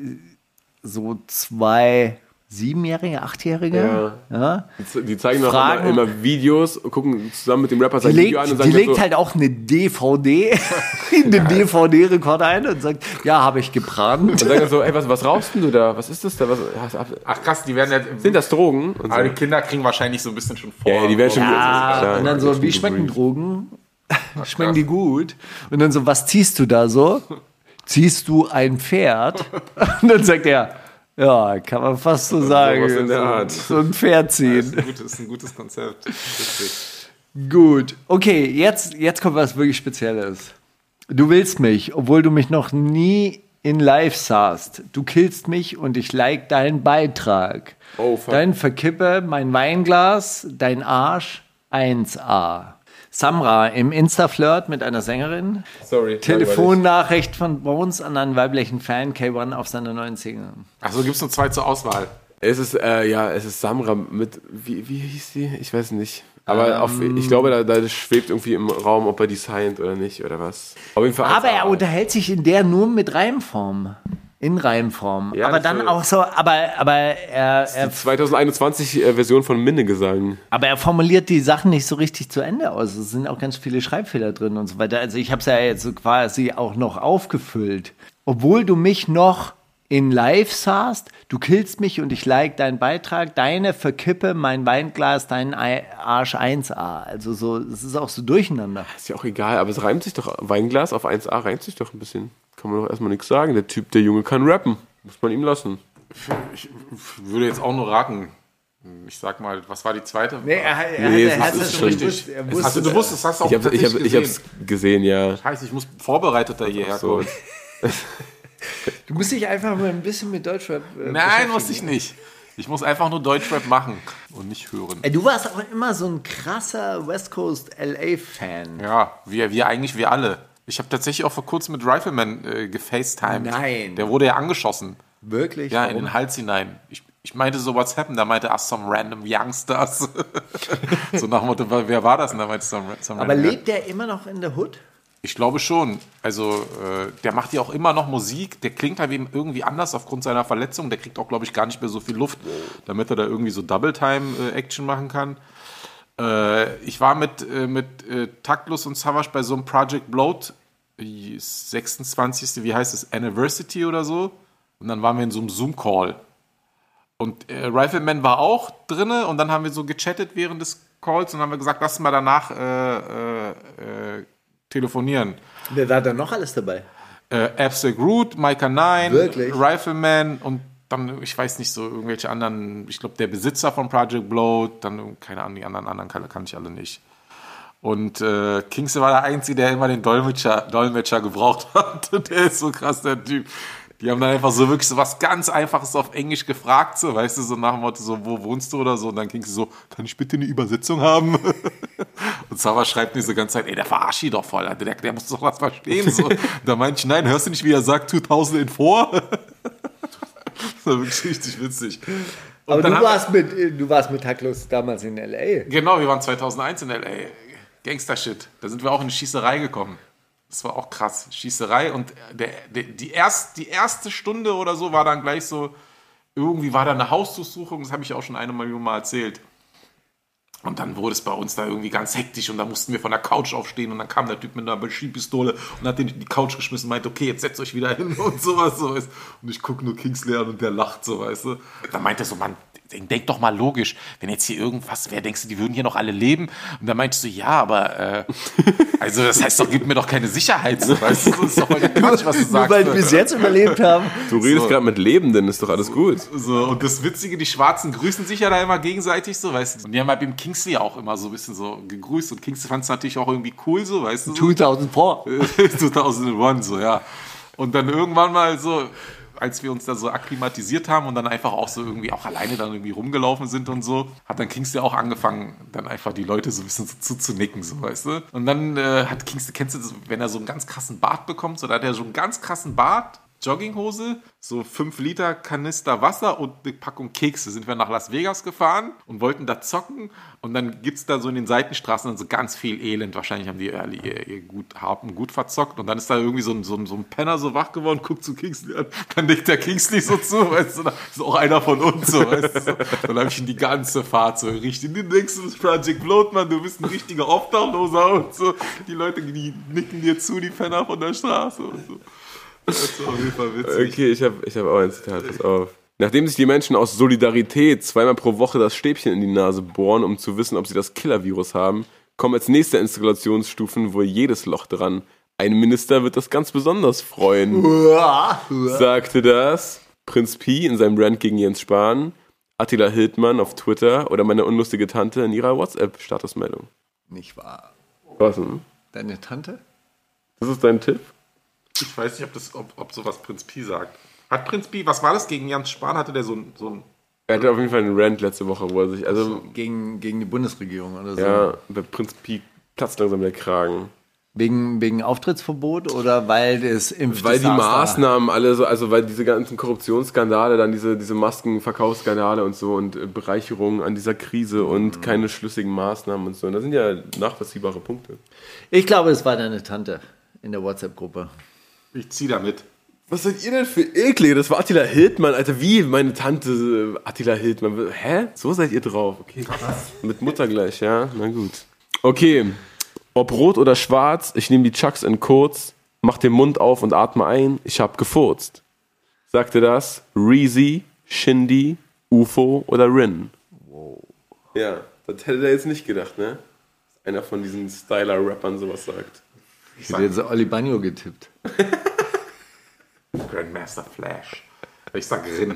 so 2 7-Jährige, 8-Jährige. Ja. Die zeigen auch Fragen. immer Videos, gucken zusammen mit dem Rapper sein Die Video an und sagen legt so, halt auch eine DVD in den DVD-Rekorder ein und sagt, ja, habe ich gebrannt. und sagen so, ey, was rauchst denn du da? Was ist das da? Ach krass, die werden ja... Sind das Drogen? Und Aber so. die Kinder kriegen wahrscheinlich so ein bisschen schon vor. Ja, die werden schon Ja, und dann so, schon wie schmecken gebrieft. Drogen? Schmecken die gut? Und dann so, was ziehst du da so? Ziehst du ein Pferd? Und dann sagt er, ja, kann man fast so sagen. Sowas in der Art. So ein Pferd ziehen. Das ist ein gutes Konzept. Witzig. Gut. Okay, jetzt kommt was wirklich Spezielles. Du willst mich, obwohl du mich noch nie in live sahst. Du killst mich und ich like deinen Beitrag. Oh, fuck. Dein Verkippe, mein Weinglas, dein Arsch, 1A. Samra im Insta-Flirt mit einer Sängerin. Sorry. Telefonnachricht von Bones an einen weiblichen Fan, K1 auf seiner neuen Single. Achso, gibt es nur 2 zur Auswahl? Es ist Samra mit, wie hieß die? Ich weiß nicht. Aber ich glaube, da schwebt irgendwie im Raum, ob er die signed oder nicht oder was. Auf jeden Fall. Aber er unterhält sich in der nur mit Reimform. In Reimform. Ja, aber das dann soll- auch so, aber er 2021 Version von Minnegesang. aber er formuliert die Sachen nicht so richtig zu Ende aus. Es sind auch ganz viele Schreibfehler drin und so weiter. Also ich habe es ja jetzt so quasi auch noch aufgefüllt. Obwohl du mich noch in live sahst, du killst mich und ich like deinen Beitrag, deine Verkippe, mein Weinglas, dein Arsch 1A. Also so, es ist auch so durcheinander. Ist ja auch egal, aber es reimt sich doch, Weinglas auf 1A reimt sich doch ein bisschen. Kann man doch erstmal nichts sagen. Der Junge kann rappen. Muss man ihm lassen. Ich würde jetzt auch nur raten. Ich sag mal, was war die zweite? es ist schon richtig. Also du wusstest, hast du auch Ich tatsächlich hab's gesehen, ja. Scheiße, ich muss vorbereiteter hierher So. kommen. Du musst dich einfach mal ein bisschen mit Deutschrap Nein, muss ich nicht. Ich muss einfach nur Deutschrap machen und nicht hören. Du warst auch immer so ein krasser West Coast LA-Fan. Ja, wir eigentlich, wir alle. Ich habe tatsächlich auch vor kurzem mit Rifleman gefacetimed. Nein. Der wurde ja angeschossen. Wirklich? Ja, in den Hals hinein. Ich meinte so, what's happened? Da meinte, some random youngsters. So nach dem Motto, wer war das? Und da meinte some Aber random lebt der immer noch in der Hood? Ich glaube schon. Also, der macht ja auch immer noch Musik. Der klingt halt irgendwie anders aufgrund seiner Verletzung. Der kriegt auch, glaube ich, gar nicht mehr so viel Luft, damit er da irgendwie so Double-Time-Action machen kann. Ich war mit Taktlos und Savage bei so einem Project Bloat, 26. Wie heißt es? Anniversary oder so. Und dann waren wir in so einem Zoom-Call. Und Rifleman war auch drinne und dann haben wir so gechattet während des Calls und haben wir gesagt, lass mal danach telefonieren. Wer war da noch alles dabei? Absolute Root, Micah 9, Wirklich? Rifleman und dann, ich weiß nicht, so irgendwelche anderen, ich glaube, der Besitzer von Project Bloat, dann, keine Ahnung, die anderen kann ich alle nicht. Und Kingston war der Einzige, der immer den Dolmetscher gebraucht hat. Und der ist so krass, der Typ. Die haben dann einfach so wirklich so was ganz Einfaches auf Englisch gefragt, so, weißt du, so nach dem Motto, so, wo wohnst du oder so? Und dann ging sie so, kann ich bitte eine Übersetzung haben? Und Sava schreibt mir so die ganze Zeit, ey, der verarscht die doch voll, Alter, der muss doch was verstehen. So. Und da meinte ich, nein, hörst du nicht, wie er sagt, 2004? Das war wirklich richtig witzig. Und Aber dann du warst mit Taktlos damals in L.A. Genau, wir waren 2001 in L.A. Gangster-Shit. Da sind wir auch in eine Schießerei gekommen. Das war auch krass. Schießerei und die erste Stunde oder so war dann gleich so, irgendwie war da eine Hausdurchsuchung, das habe ich auch schon eine Million Mal erzählt. Und dann wurde es bei uns da irgendwie ganz hektisch und da mussten wir von der Couch aufstehen und dann kam der Typ mit einer Maschinenpistole und hat den in die Couch geschmissen und meinte, okay, jetzt setzt euch wieder hin und sowas. So, weißt? Und ich gucke nur Kingsley an und der lacht so, weißt du. Dann meinte er so, Mann, denk doch mal logisch, wenn jetzt hier irgendwas wäre, denkst du, die würden hier noch alle leben? Und dann meintest du, ja, aber also das heißt doch, gib mir doch keine Sicherheit, so, weißt du, das ist doch voll der Quatsch, was du sagst. Nur weil die bis jetzt überlebt haben. Du redest gerade mit Lebenden, ist doch alles gut. So, und das Witzige, die Schwarzen grüßen sich ja da immer gegenseitig, so, weißt du. Und die haben halt beim Kingsley auch immer so ein bisschen so gegrüßt und Kingsley fand es natürlich auch irgendwie cool, so, weißt du. 2004. 2001, so, ja. Und dann irgendwann mal so, als wir uns da so akklimatisiert haben und dann einfach auch so irgendwie auch alleine dann irgendwie rumgelaufen sind und so, hat dann Kingsley auch angefangen, dann einfach die Leute so ein bisschen so zuzunicken, so, weißt du. Und dann hat Kingsley, kennst du das, wenn er so einen ganz krassen Bart bekommt, so, da hat er so einen ganz krassen Bart, Jogginghose, so 5 Liter Kanister Wasser und eine Packung Kekse. Sind wir nach Las Vegas gefahren und wollten da zocken und dann gibt es da so in den Seitenstraßen dann so ganz viel Elend. Wahrscheinlich haben die ihr Harpen gut verzockt und dann ist da irgendwie so ein Penner so wach geworden, guckt zu Kingsley an, dann nickt der Kingsley so zu, weißt du, das ist auch einer von uns, so, weißt du. Dann habe ich ihn die ganze Fahrt so richtig, du denkst, du bist Project Bloodman, du bist ein richtiger Obdachloser und so. Die Leute, die nicken dir zu, die Penner von der Straße und so. Das ist auf jeden Fall witzig. Okay, ich hab auch ein Zitat, pass auf. Nachdem sich die Menschen aus Solidarität 2-mal pro Woche das Stäbchen in die Nase bohren, um zu wissen, ob sie das Killer-Virus haben, kommen als nächste Installationsstufen wohl jedes Loch dran. Ein Minister wird das ganz besonders freuen. Sagte das Prinz Pi in seinem Rant gegen Jens Spahn, Attila Hildmann auf Twitter oder meine unlustige Tante in ihrer WhatsApp-Statusmeldung. Nicht wahr. Was denn? Deine Tante? Das ist dein Tipp? Ich weiß nicht, ob sowas Prinz Pi sagt. Hat Prinz Pi, was war das gegen Jens Spahn? Hatte der so ein Er hatte auf jeden Fall einen Rant letzte Woche, wo er sich, also Gegen die Bundesregierung oder so? ja, bei Prinz Pi platzt langsam der Kragen. Wegen Auftrittsverbot oder weil das Impfdesaster? Weil die Maßnahmen alle so, also weil diese ganzen Korruptionsskandale, dann diese Maskenverkaufsskandale und so und Bereicherung an dieser Krise und keine schlüssigen Maßnahmen und so. Und das sind ja nachvollziehbare Punkte. Ich glaube, es war deine Tante in der WhatsApp-Gruppe. Ich zieh da mit. Was seid ihr denn für Eklige? Das war Attila Hildmann, Alter, wie meine Tante Attila Hildmann. Hä? So seid ihr drauf? Okay, krass. Mit Mutter gleich, ja? Na gut. Okay. Ob rot oder schwarz, ich nehme die Chucks in kurz, mach den Mund auf und atme ein, ich hab gefurzt. Sagte das Reezy, Shindy, UFO oder Rin? Wow. Ja, das hätte er jetzt nicht gedacht, ne? Dass einer von diesen Styler-Rappern sowas sagt. Ich hätte jetzt Oli Bagno getippt. Grandmaster Flash. Ich sag Rin.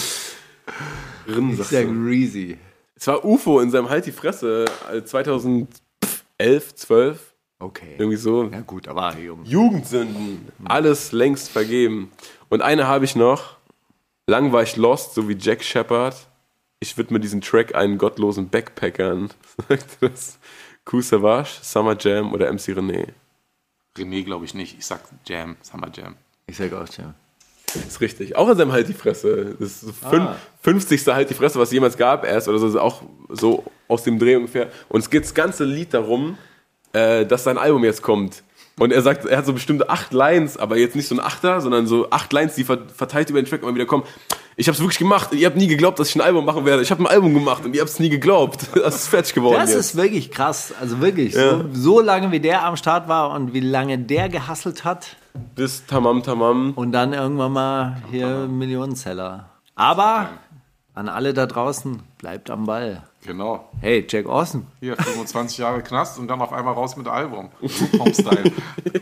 Rin, Ich sagst sag du. Reezy. Es war UFO in seinem Halt die Fresse 2011, 12. Okay. Irgendwie so. Ja gut, da war er jung. Jugendsünden. Alles längst vergeben. Und eine habe ich noch. Lang war ich lost, so wie Jack Shepard. Ich widme diesen Track einen gottlosen Backpackern. Sagt das Kool Savas, Summer Jam oder MC René? René glaube ich nicht. Ich sag Jam, Summer Jam. Ich sag auch Jam. Ist richtig. Auch in seinem Halt die Fresse. Das ist so 50. Halt die Fresse, was es jemals gab erst. Oder so, ist auch so aus dem Dreh ungefähr. Und es geht das ganze Lied darum, dass sein Album jetzt kommt. Und er sagt, er hat so bestimmte 8 Lines, aber jetzt nicht so ein Achter, sondern so 8 Lines, die verteilt über den Track immer wieder kommen. Ich hab's wirklich gemacht und ihr habt nie geglaubt, dass ich ein Album machen werde. Ich habe ein Album gemacht und ihr habt's nie geglaubt. Das ist fertig geworden. Das ist wirklich krass. Also wirklich. Ja. So lange wie der am Start war und wie lange der gehustelt hat. Bis Tamam Tamam. Und dann irgendwann mal hier Millionenseller. Aber an alle da draußen, bleibt am Ball. Genau. Hey, Jack Awesome. Hier, 25 Jahre Knast und dann auf einmal raus mit Album. Hip-Hop-Style.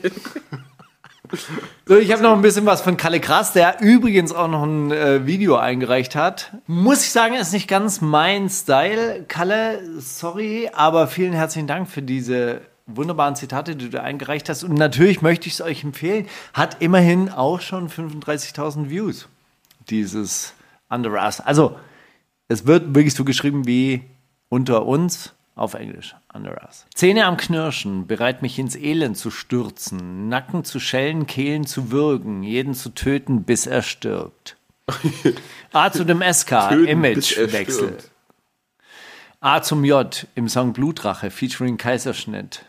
So, ich habe noch ein bisschen was von Kalle Krass, der übrigens auch noch ein Video eingereicht hat. Muss ich sagen, ist nicht ganz mein Style. Kalle, sorry, aber vielen herzlichen Dank für diese wunderbaren Zitate, die du eingereicht hast. Und natürlich möchte ich es euch empfehlen. Hat immerhin auch schon 35.000 Views, dieses Under Us. Also, es wird wirklich so geschrieben wie unter uns auf Englisch. Under Us. Zähne am Knirschen, bereit mich ins Elend zu stürzen, Nacken zu schellen, Kehlen zu würgen, jeden zu töten, bis er stirbt. A zu dem SK, Imagewechsel. A zum J im Song Blutrache featuring Kaiserschnitt.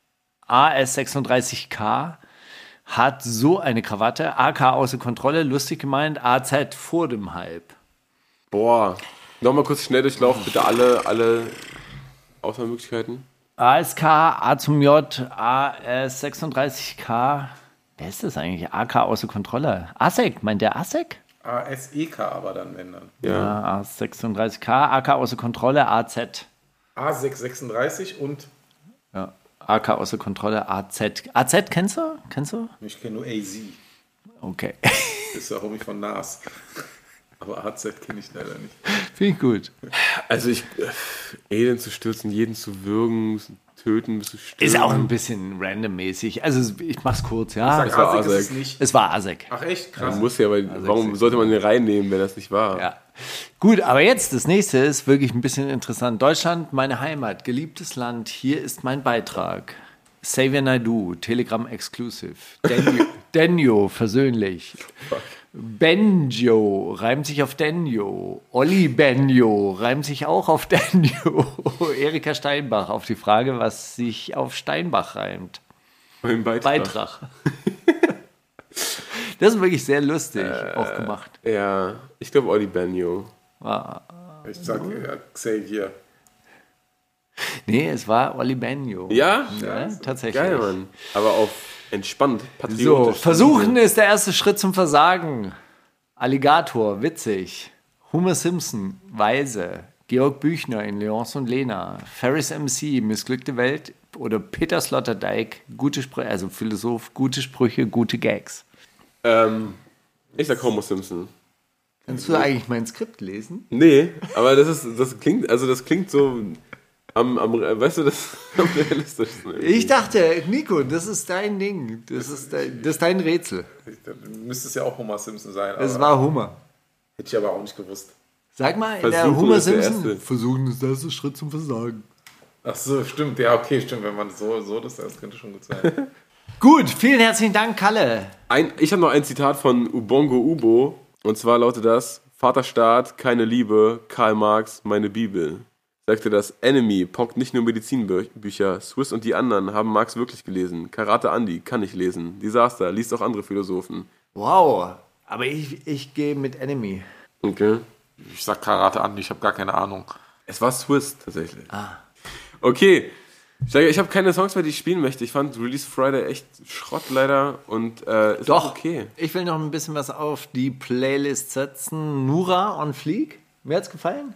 AS36K hat so eine Krawatte. AK außer Kontrolle, lustig gemeint. AZ vor dem Hype. Boah. Nochmal kurz Schnelldurchlauf, bitte alle Auswahlmöglichkeiten? ASK, A zum J, AS 36K. Wer ist das eigentlich? AK außer Kontrolle. ASEC, meint der ASEC? ASEK aber dann, wenn dann. Ja, AS 36K, AK außer Kontrolle, AZ. A636 und? Ja, AK außer Kontrolle, AZ. AZ kennst du? Ich kenne nur AZ. Okay. Das ist der Homie von Nas. Aber AZ kenne ich leider nicht. Finde ich gut. Also Elend zu stürzen, jeden zu würgen, töten, bis zu sterben. Ist auch ein bisschen randommäßig. Also ich mach's kurz, ja. Ich sag ASEC ist es nicht. Es war ASEC. Ach echt? Krass. Man muss ja, aber warum sollte man den reinnehmen, wenn das nicht war? Ja. Gut, aber jetzt, das nächste ist wirklich ein bisschen interessant. Deutschland, meine Heimat, geliebtes Land, hier ist mein Beitrag. Xavier Naidoo, Telegram Exclusive. Denjo, versöhnlich. Fuck. Benjo reimt sich auf Denjo. Olli Benjo reimt sich auch auf Denjo. Erika Steinbach auf die Frage, was sich auf Steinbach reimt. Mein Beitrag. Das ist wirklich sehr lustig auch gemacht. Ja, ich glaube Olli Benjo. Ich sag Xavier. Nee, es war Olli Benjo. Ja? Ja, tatsächlich. Geil, Mann. Aber auf entspannt, So, patriotisch. versuchen ist der erste Schritt zum Versagen. Alligator, witzig. Homer Simpson, weise. Georg Büchner in Leonce und Lena. Ferris MC, missglückte Welt. Oder Peter Sloterdijk, gute Sprüche, also Philosoph, gute Sprüche, gute Gags. Ich sag Homer Simpson. Kannst du eigentlich mein Skript lesen? Nee, aber das klingt so weißt du, das am realistischsten. Irgendwie. Ich dachte, Nico, das ist dein Ding. Das ist dein Rätsel. Müsste es ja auch Homer Simpson sein. Es war Hummer. Hätte ich aber auch nicht gewusst. Sag mal, in der Versuchen Homer ist der Simpson. erste. Versuchen ist der erste Schritt zum Versagen. Ach so, stimmt. Ja, okay, stimmt. Wenn man so das könnte schon gut sein. Gut, vielen herzlichen Dank, Kalle. Ich habe noch ein Zitat von Ubongo Ubo. Und zwar lautet das: Vaterstaat, keine Liebe, Karl Marx, meine Bibel. Sagte das Enemy, pockt nicht nur Medizinbücher. Swiss und die anderen haben Marx wirklich gelesen. Karate Andy kann ich lesen. Disaster, liest auch andere Philosophen. Wow, aber ich gehe mit Enemy. Okay. Ich sag Karate an, ich habe gar keine Ahnung. Es war Swiss tatsächlich. Okay. Ich habe keine Songs mehr, die ich spielen möchte. Ich fand Release Friday echt Schrott leider und ist Doch, auch okay. ich will noch ein bisschen was auf die Playlist setzen. Nura on Fleek, mir hat's gefallen.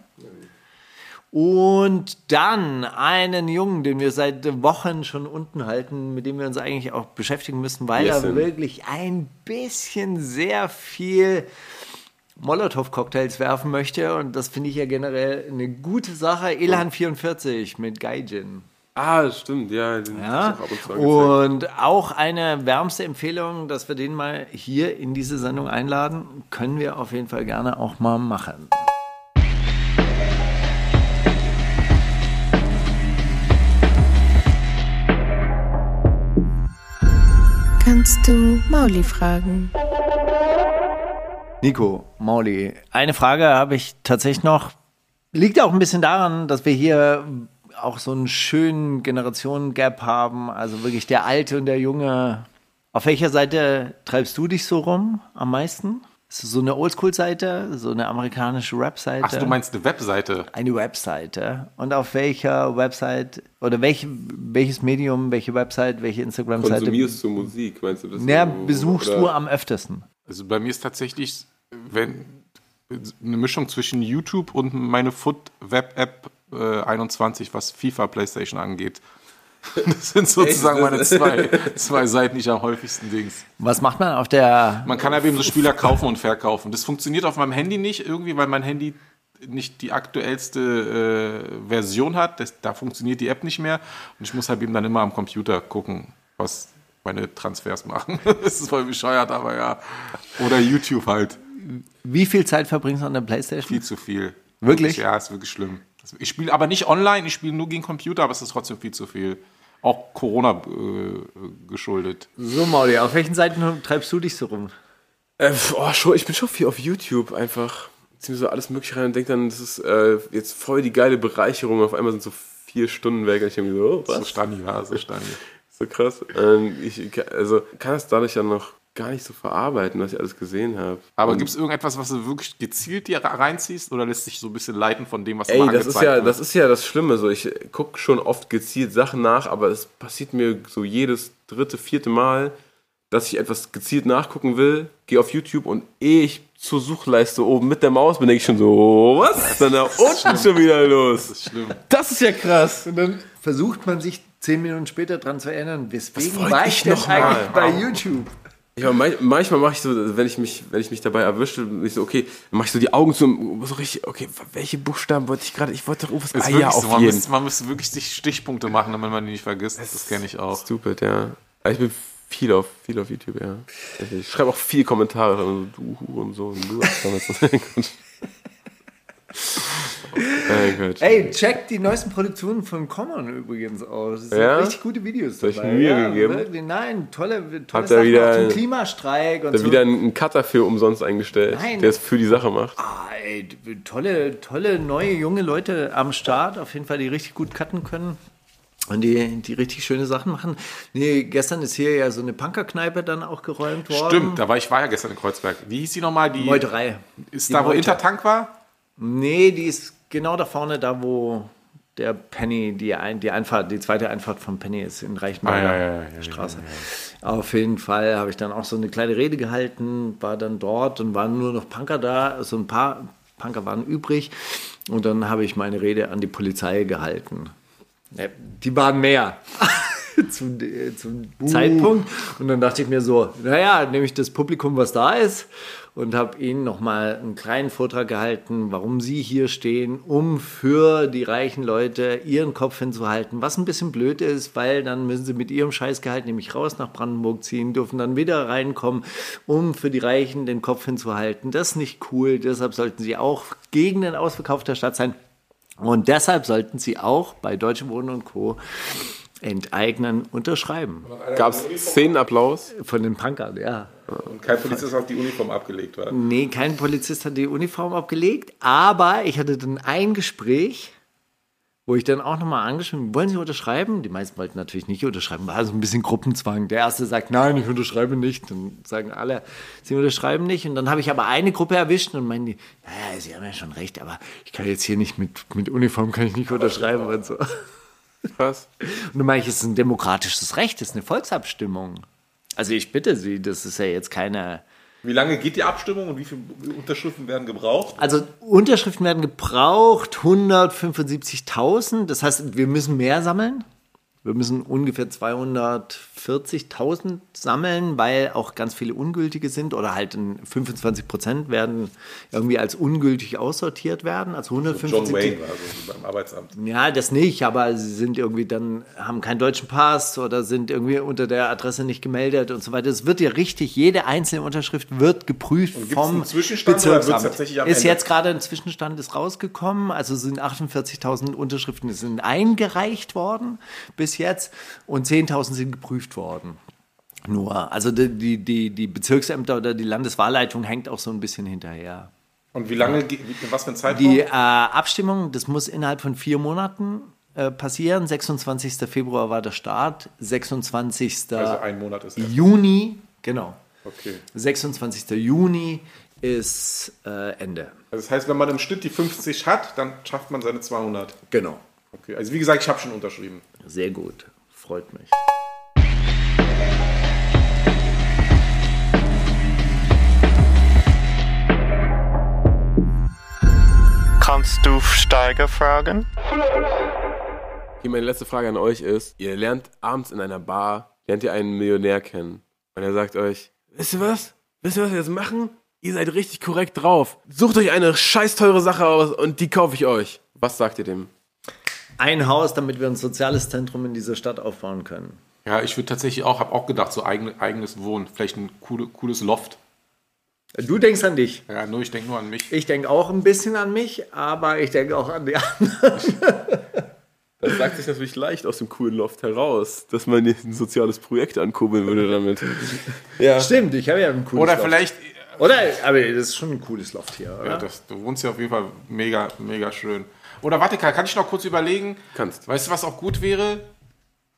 Und dann einen Jungen, den wir seit Wochen schon unten halten, mit dem wir uns eigentlich auch beschäftigen müssen, weil er wirklich ein bisschen sehr viel Molotow-Cocktails werfen möchte. Und das finde ich ja generell eine gute Sache. Ilhan 44 mit Gaijin. Ah, stimmt, ja. Den Ja, hab ich auch ab und zu angezeigt. und auch eine wärmste Empfehlung, dass wir den mal hier in diese Sendung einladen, können wir auf jeden Fall gerne auch mal machen. Kannst du Mauli fragen? Nico, Mauli, eine Frage habe ich tatsächlich noch. Liegt auch ein bisschen daran, dass wir hier auch so einen schönen Generationen-Gap haben. Also wirklich der Alte und der Junge. Auf welcher Seite treibst du dich so rum am meisten? Ist es so eine Oldschool-Seite, so eine amerikanische Rap-Seite? Ach, du meinst eine Webseite? Eine Webseite. Und auf welcher Website oder welches Medium, welche Website, welche Instagram-Seite Konsumierst du Musik, meinst du das? besuchst du am öftesten? Also bei mir ist tatsächlich eine Mischung zwischen YouTube und meine Foot-Web-App 21, was FIFA, Playstation angeht. Das sind sozusagen meine zwei Seiten, die ich am häufigsten Dings. Was macht man auf der... Man kann ja eben so Spieler kaufen und verkaufen. Das funktioniert auf meinem Handy nicht irgendwie, weil mein Handy nicht die aktuellste Version hat. Da funktioniert die App nicht mehr. Und ich muss halt eben dann immer am Computer gucken, was meine Transfers machen. Das ist voll bescheuert, aber ja. Oder YouTube halt. Wie viel Zeit verbringst du an der Playstation? Viel zu viel. Wirklich? Ja, ist wirklich schlimm. Ich spiele aber nicht online, ich spiele nur gegen Computer, aber es ist trotzdem viel zu viel. Auch Corona geschuldet. So, Mauli, auf welchen Seiten treibst du dich so rum? Ich bin schon viel auf YouTube einfach. Ziehe so alles Mögliche rein und denke dann, das ist jetzt voll die geile Bereicherung. Auf einmal sind so 4 Stunden weg und ich irgendwie so, was? So Stani, ja, so Stani. So krass. Kann das dadurch dann noch gar nicht so verarbeiten, was ich alles gesehen habe. Aber gibt es irgendetwas, was du wirklich gezielt dir reinziehst oder lässt dich so ein bisschen leiten von dem, was du mal angezeigt wird? Das ist ja das Schlimme. So, ich gucke schon oft gezielt Sachen nach, aber es passiert mir so jedes 3., 4. Mal, dass ich etwas gezielt nachgucken will, gehe auf YouTube und ich zur Suchleiste oben mit der Maus bin, denke ich schon so, was ist denn da unten schon wieder los? Das ist schlimm. Das ist ja krass. Und dann versucht man sich 10 Minuten später dran zu erinnern, weswegen wollte war ich ich denn noch mal? eigentlich bei YouTube? Ja, manchmal mache ich so, wenn ich mich dabei erwische, ich so, okay, dann mache ich so die Augen zu, so richtig, okay, welche Buchstaben wollte ich gerade, ich wollte doch irgendwas, ja, auf jeden. Man müsste wirklich sich Stichpunkte machen, damit man die nicht vergisst, das kenne ich auch. Stupid, ja. Ich bin viel auf YouTube, ja. Ich schreibe auch viele Kommentare, so, du und so, und du hast damit Ey, check die neuesten Produktionen von Common übrigens aus. Das sind richtig gute Videos dabei. Hast du Mühe gegeben? Wirklich, nein, tolle Habt Sachen wieder zum Klimastreik und so. wieder einen Cutter für umsonst eingestellt, der es für die Sache macht. Ey, tolle, neue, junge Leute am Start, auf jeden Fall, die richtig gut cutten können. Und die richtig schöne Sachen machen. Nee, gestern ist hier ja so eine Punkerkneipe dann auch geräumt worden. Stimmt, ich war ja gestern in Kreuzberg. Wie hieß die nochmal? Die Meuterei. Ist da, wo Intertank war? Nee, die ist genau da vorne, da wo der Penny, die zweite Einfahrt von Penny ist, in Reichenberger Straße. Auf jeden Fall habe ich dann auch so eine kleine Rede gehalten, war dann dort und waren nur noch Punker da, so ein paar Punker waren übrig. Und dann habe ich meine Rede an die Polizei gehalten. Ja, die waren mehr zum Zeitpunkt. Und dann dachte ich mir so, naja, nehme ich das Publikum, was da ist, und habe ihnen nochmal einen kleinen Vortrag gehalten, warum sie hier stehen, um für die reichen Leute ihren Kopf hinzuhalten, was ein bisschen blöd ist, weil dann müssen sie mit ihrem Scheißgehalt nämlich raus nach Brandenburg ziehen, dürfen dann wieder reinkommen, um für die Reichen den Kopf hinzuhalten. Das ist nicht cool, deshalb sollten sie auch gegen den Ausverkauf der Stadt sein. Und deshalb sollten sie auch bei Deutsche Wohnen und Co. enteignen unterschreiben. Gab es Szenenapplaus? Von den Punkern, ja. Und kein Polizist hat die Uniform abgelegt, oder? Nee, kein Polizist hat die Uniform abgelegt, aber ich hatte dann ein Gespräch, wo ich dann auch nochmal angeschrieben, wollen Sie unterschreiben? Die meisten wollten natürlich nicht unterschreiben, war so ein bisschen Gruppenzwang. Der erste sagt, nein, ich unterschreibe nicht. Dann sagen alle, sie unterschreiben nicht. Und dann habe ich aber eine Gruppe erwischt und meinen die, naja, Sie haben ja schon recht, aber ich kann jetzt hier nicht mit Uniform kann ich nicht unterschreiben und so. Was? Und dann meine ich, es ist ein demokratisches Recht, es ist eine Volksabstimmung. Also ich bitte Sie, das ist ja jetzt keine... Wie lange geht die Abstimmung und wie viele Unterschriften werden gebraucht? Also Unterschriften werden gebraucht, 175.000. Das heißt, wir müssen mehr sammeln. Wir müssen ungefähr 240.000 sammeln, weil auch ganz viele ungültige sind oder halt 25% werden irgendwie als ungültig aussortiert werden. Also 175. John Wayne war so beim Arbeitsamt. Ja, das nicht, aber sie sind irgendwie dann, haben keinen deutschen Pass oder sind irgendwie unter der Adresse nicht gemeldet und so weiter. Es wird ja richtig, jede einzelne Unterschrift wird geprüft vom Bezirksamt. Ist jetzt gerade ein Zwischenstand, ist rausgekommen, also sind 48.000 Unterschriften sind eingereicht worden bis jetzt und 10.000 sind geprüft worden. Nur, also die Bezirksämter oder die Landeswahlleitung hängt auch so ein bisschen hinterher. Und wie lange, was für ein Zeitraum? Die Abstimmung, das muss innerhalb von 4 Monaten passieren. 26. Februar war der Start, 26. Also ein Monat ist Juni, genau. Okay. 26. Juni ist Ende. Also das heißt, wenn man im Schnitt die 50 hat, dann schafft man seine 200. Genau. Okay, also wie gesagt, ich habe schon unterschrieben. Sehr gut, freut mich. Kannst du Steiger fragen? Hier meine letzte Frage an euch ist, ihr lernt abends in einer Bar, lernt ihr einen Millionär kennen und er sagt euch, wisst ihr was wir jetzt machen? Ihr seid richtig korrekt drauf. Sucht euch eine scheiß teure Sache aus und die kaufe ich euch. Was sagt ihr dem? Ein Haus, damit wir ein soziales Zentrum in dieser Stadt aufbauen können. Ja, ich würde tatsächlich auch, habe auch gedacht, so eigenes Wohnen, vielleicht ein cooles Loft. Du denkst an dich. Ja, ich denke nur an mich. Ich denke auch ein bisschen an mich, aber ich denke auch an die anderen. Das sagt sich natürlich leicht aus dem coolen Loft heraus, dass man ein soziales Projekt ankurbeln würde damit. Ja. Stimmt, ich habe ja ein cooles Oder Loft. Vielleicht... Oder, aber das ist schon ein cooles Loft hier, oder? Ja, du wohnst ja auf jeden Fall mega schön. Oder warte, kann ich noch kurz überlegen? Kannst. Weißt du, was auch gut wäre?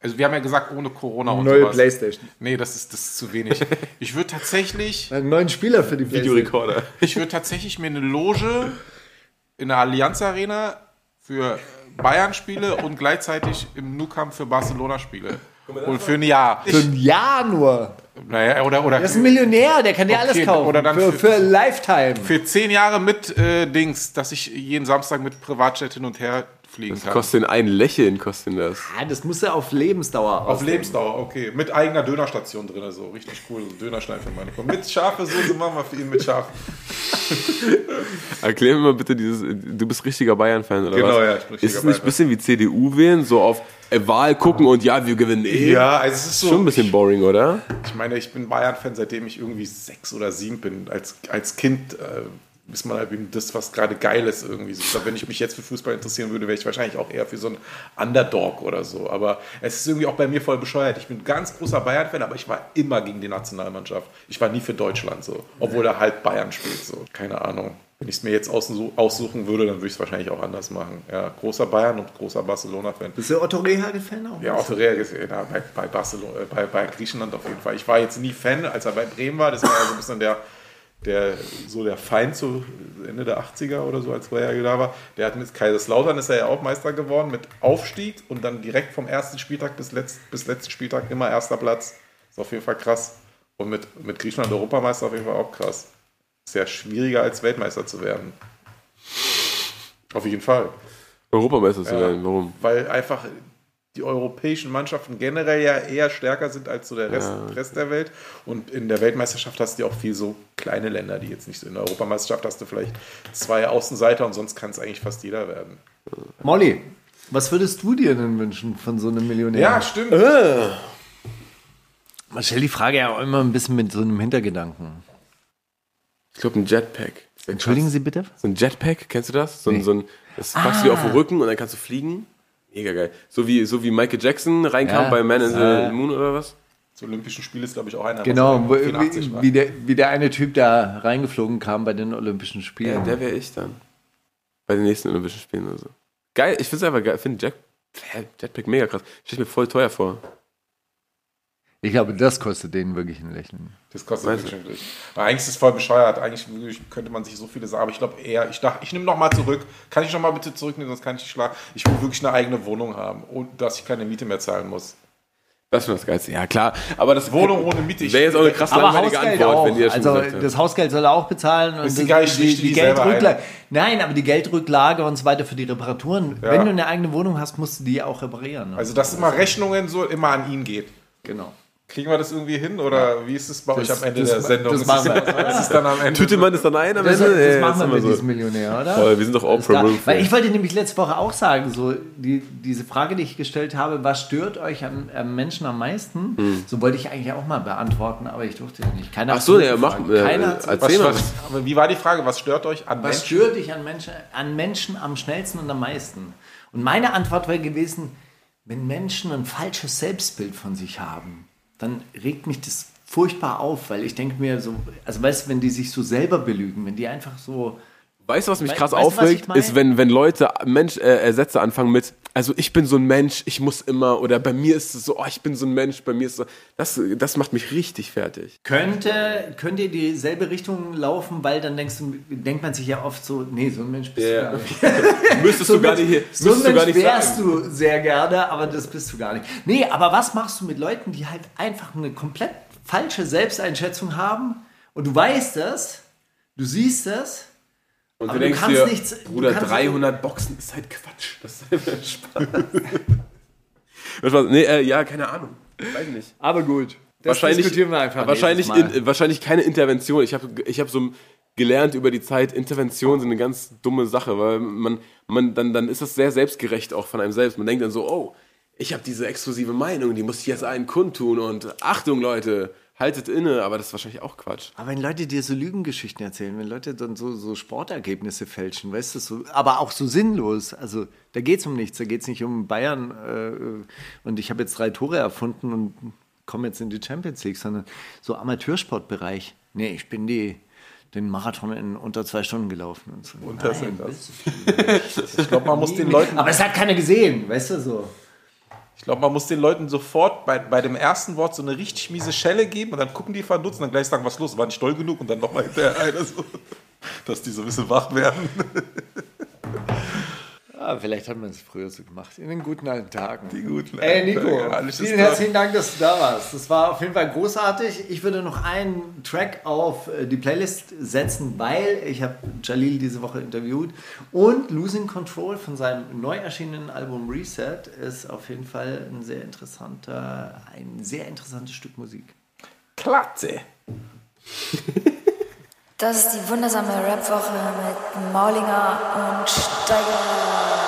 Also wir haben ja gesagt, ohne Corona und Neue sowas. Playstation. Nee, das ist zu wenig. Ich würde tatsächlich... Einen neuen Spieler für die Videorekorder. Ich würde tatsächlich mir eine Loge in der Allianz Arena für Bayern spiele und gleichzeitig im Nou Camp für Barcelona spiele. Und für ein Jahr. Für ein Jahr nur. Naja, oder Der ist ein Millionär, der kann dir Okay, alles kaufen. oder dann für Lifetime. für 10 Jahre mit Dings, dass ich jeden Samstag mit Privatjet hin und her fliegen Das kann. kostet ein Lächeln, kostet das. Ah, das muss er auf Lebensdauer Auf ausleben. Lebensdauer, okay. Mit eigener Dönerstation drin, so richtig cool. So Dönerschneid für meine Frau. Mit scharfe Soße machen wir für ihn mit scharf. Erklär mir mal bitte du bist richtiger Bayern-Fan, oder Genau, was? ja, ich bin richtiger Ist es nicht ein bisschen wie CDU wählen, so auf Wahl gucken und ja, wir gewinnen Ja, also es ist so. Schon ein bisschen boring, oder? Ich meine, ich bin Bayern-Fan, seitdem ich irgendwie 6 oder 7 bin. Als Kind ist man halt eben das, was gerade geil ist irgendwie. So, ich glaub, wenn ich mich jetzt für Fußball interessieren würde, wäre ich wahrscheinlich auch eher für so einen Underdog oder so. Aber es ist irgendwie auch bei mir voll bescheuert. Ich bin ein ganz großer Bayern-Fan, aber ich war immer gegen die Nationalmannschaft. Ich war nie für Deutschland so, obwohl er halt Bayern spielt. So. Keine Ahnung. Wenn ich es mir jetzt aussuchen würde, dann würde ich es wahrscheinlich auch anders machen. Ja, großer Bayern und großer Barcelona-Fan. Bist du Otto Rehhagel-Fan auch? Ja, Otto Rehhagel, ja, bei Barcelona, bei Griechenland auf jeden Fall. Ich war jetzt nie Fan, als er bei Bremen war. Das war ja so ein bisschen der Feind zu Ende der 80er oder so, als Rehhagel da war. Der hat mit Kaiserslautern ist er ja auch Meister geworden mit Aufstieg und dann direkt vom ersten Spieltag bis letzten Spieltag immer erster Platz. Ist auf jeden Fall krass. Und mit Griechenland Europameister auf jeden Fall auch krass. Ist ja schwieriger als Weltmeister zu werden. Auf jeden Fall. Europameister zu werden, warum? Weil einfach die europäischen Mannschaften generell ja eher stärker sind als so der Rest der Welt. Und in der Weltmeisterschaft hast du ja auch viel so kleine Länder, die jetzt nicht so. In der Europameisterschaft hast du vielleicht 2 Außenseiter und sonst kann es eigentlich fast jeder werden. Molly, was würdest du dir denn wünschen von so einem Millionär? Ja, stimmt. Man stellt die Frage ja auch immer ein bisschen mit so einem Hintergedanken. Ich glaube, ein Jetpack. Entschuldigen Sie bitte? So ein Jetpack, kennst du das? Nee. Das packst du dir auf den Rücken und dann kannst du fliegen. Mega geil. So wie Michael Jackson reinkam bei Man in the Moon oder was? Zu Olympischen Spielen ist, glaube ich, auch einer. Genau, was 84 war. wie der eine Typ da reingeflogen kam bei den Olympischen Spielen. Ja, der wäre ich dann. Bei den nächsten Olympischen Spielen oder so. Geil, ich finde es einfach geil. Ich finde Jetpack mega krass. Stell mir voll teuer vor. Ich glaube, das kostet denen wirklich ein Lächeln. Das kostet wirklich. Eigentlich ist es voll bescheuert. Eigentlich könnte man sich so viele sagen. Aber ich glaube eher, ich nehme nochmal zurück. Kann ich nochmal bitte zurücknehmen, sonst kann ich nicht schlagen. Ich will wirklich eine eigene Wohnung haben und dass ich keine Miete mehr zahlen muss. Das ist das Geilste. Ja, klar. Aber das Wohnung ohne Miete. wäre jetzt auch eine krass langweilige Antwort, auch. wenn ihr schon Also gesagt habt. das Hausgeld soll er auch bezahlen. Und Ist egal, ich richte die selber Geldrücklage. Nein, aber die Geldrücklage und so weiter für die Reparaturen. Ja. Wenn du eine eigene Wohnung hast, musst du die auch reparieren. Also dass immer Rechnungen so immer an ihn geht. genau. Kriegen wir das irgendwie hin oder wie ist es bei euch am Ende das- der Sendung? das machen wir. Ist es dann am Ende? Tütet man das dann ein am Das, Ende? das Ja, machen ist wir immer mit so. diesem Millionär, oder? Voll, wir sind doch Alles Oprah klar. Winfrey. Weil ich wollte nämlich letzte Woche auch sagen, so diese Frage, die ich gestellt habe, was stört euch am Menschen am meisten? So wollte ich eigentlich auch mal beantworten, aber ich durfte nicht. Keiner Ach so, hat ja, mach. zurückgefragt. Keiner hat Erzähl mal. Aber wie war die Frage? Was stört euch an Was Menschen? stört dich an Menschen am schnellsten und am meisten? Und meine Antwort wäre gewesen, wenn Menschen ein falsches Selbstbild von sich haben, dann regt mich das furchtbar auf, weil ich denke mir so, also weißt du, wenn die sich so selber belügen, wenn die einfach so... Weißt du, was mich krass Weißt du, was aufregt? ich meine? Ist, wenn Leute Sätze anfangen mit, also ich bin so ein Mensch, ich muss immer, oder bei mir ist es so, oh, ich bin so ein Mensch, bei mir ist es so. Das macht mich richtig fertig. Könnt ihr dieselbe Richtung laufen, weil dann denkt man sich ja oft so, nee, so ein Mensch bist du gar nicht. Müsstest du gar nicht, So ein müsstest du gar Mensch nicht wärst sagen. du sehr gerne, aber das bist du gar nicht. Nee, aber was machst du mit Leuten, die halt einfach eine komplett falsche Selbsteinschätzung haben und du weißt das, du siehst das, Und aber du denkst kannst dir, nichts- Bruder, du kannst- 300 Boxen ist halt Quatsch. Das ist einfach Spaß. Nee, ja, keine Ahnung. Weiß nicht. aber gut. Wahrscheinlich nächstes Mal. wahrscheinlich keine Intervention. Ich hab so gelernt über die Zeit, Interventionen sind eine ganz dumme Sache, weil dann ist das sehr selbstgerecht auch von einem selbst. Man denkt dann so, oh, ich habe diese exklusive Meinung, die muss ich jetzt allen kundtun und Achtung, Leute, haltet inne, aber das ist wahrscheinlich auch Quatsch. Aber wenn Leute dir so Lügengeschichten erzählen, wenn Leute dann so Sportergebnisse fälschen, weißt du, so, aber auch so sinnlos, also da geht es um nichts, da geht es nicht um Bayern und ich habe jetzt 3 Tore erfunden und komme jetzt in die Champions League, sondern so Amateursportbereich. Nee, ich bin den Marathon in unter 2 Stunden gelaufen und so. Ich glaube, man muss den Leuten... Aber es hat keiner gesehen, weißt du, so. Ich glaube, man muss den Leuten sofort bei dem ersten Wort so eine richtig miese Schelle geben und dann gucken die verdutzt und dann gleich sagen, was ist los, war nicht doll genug und dann nochmal hinterher einer so, dass die so ein bisschen wach werden. Ja, vielleicht hat man es früher so gemacht, in den guten alten Tagen. Die guten Nico, Tage. vielen herzlichen Dank, dass du da warst. Das war auf jeden Fall großartig. Ich würde noch einen Track auf die Playlist setzen, weil ich habe Jalil diese Woche interviewt und Losing Control von seinem neu erschienenen Album Reset ist auf jeden Fall ein sehr interessantes Stück Musik. Klasse. Das ist die wundersame Rap-Woche mit Maulinger und Steiger.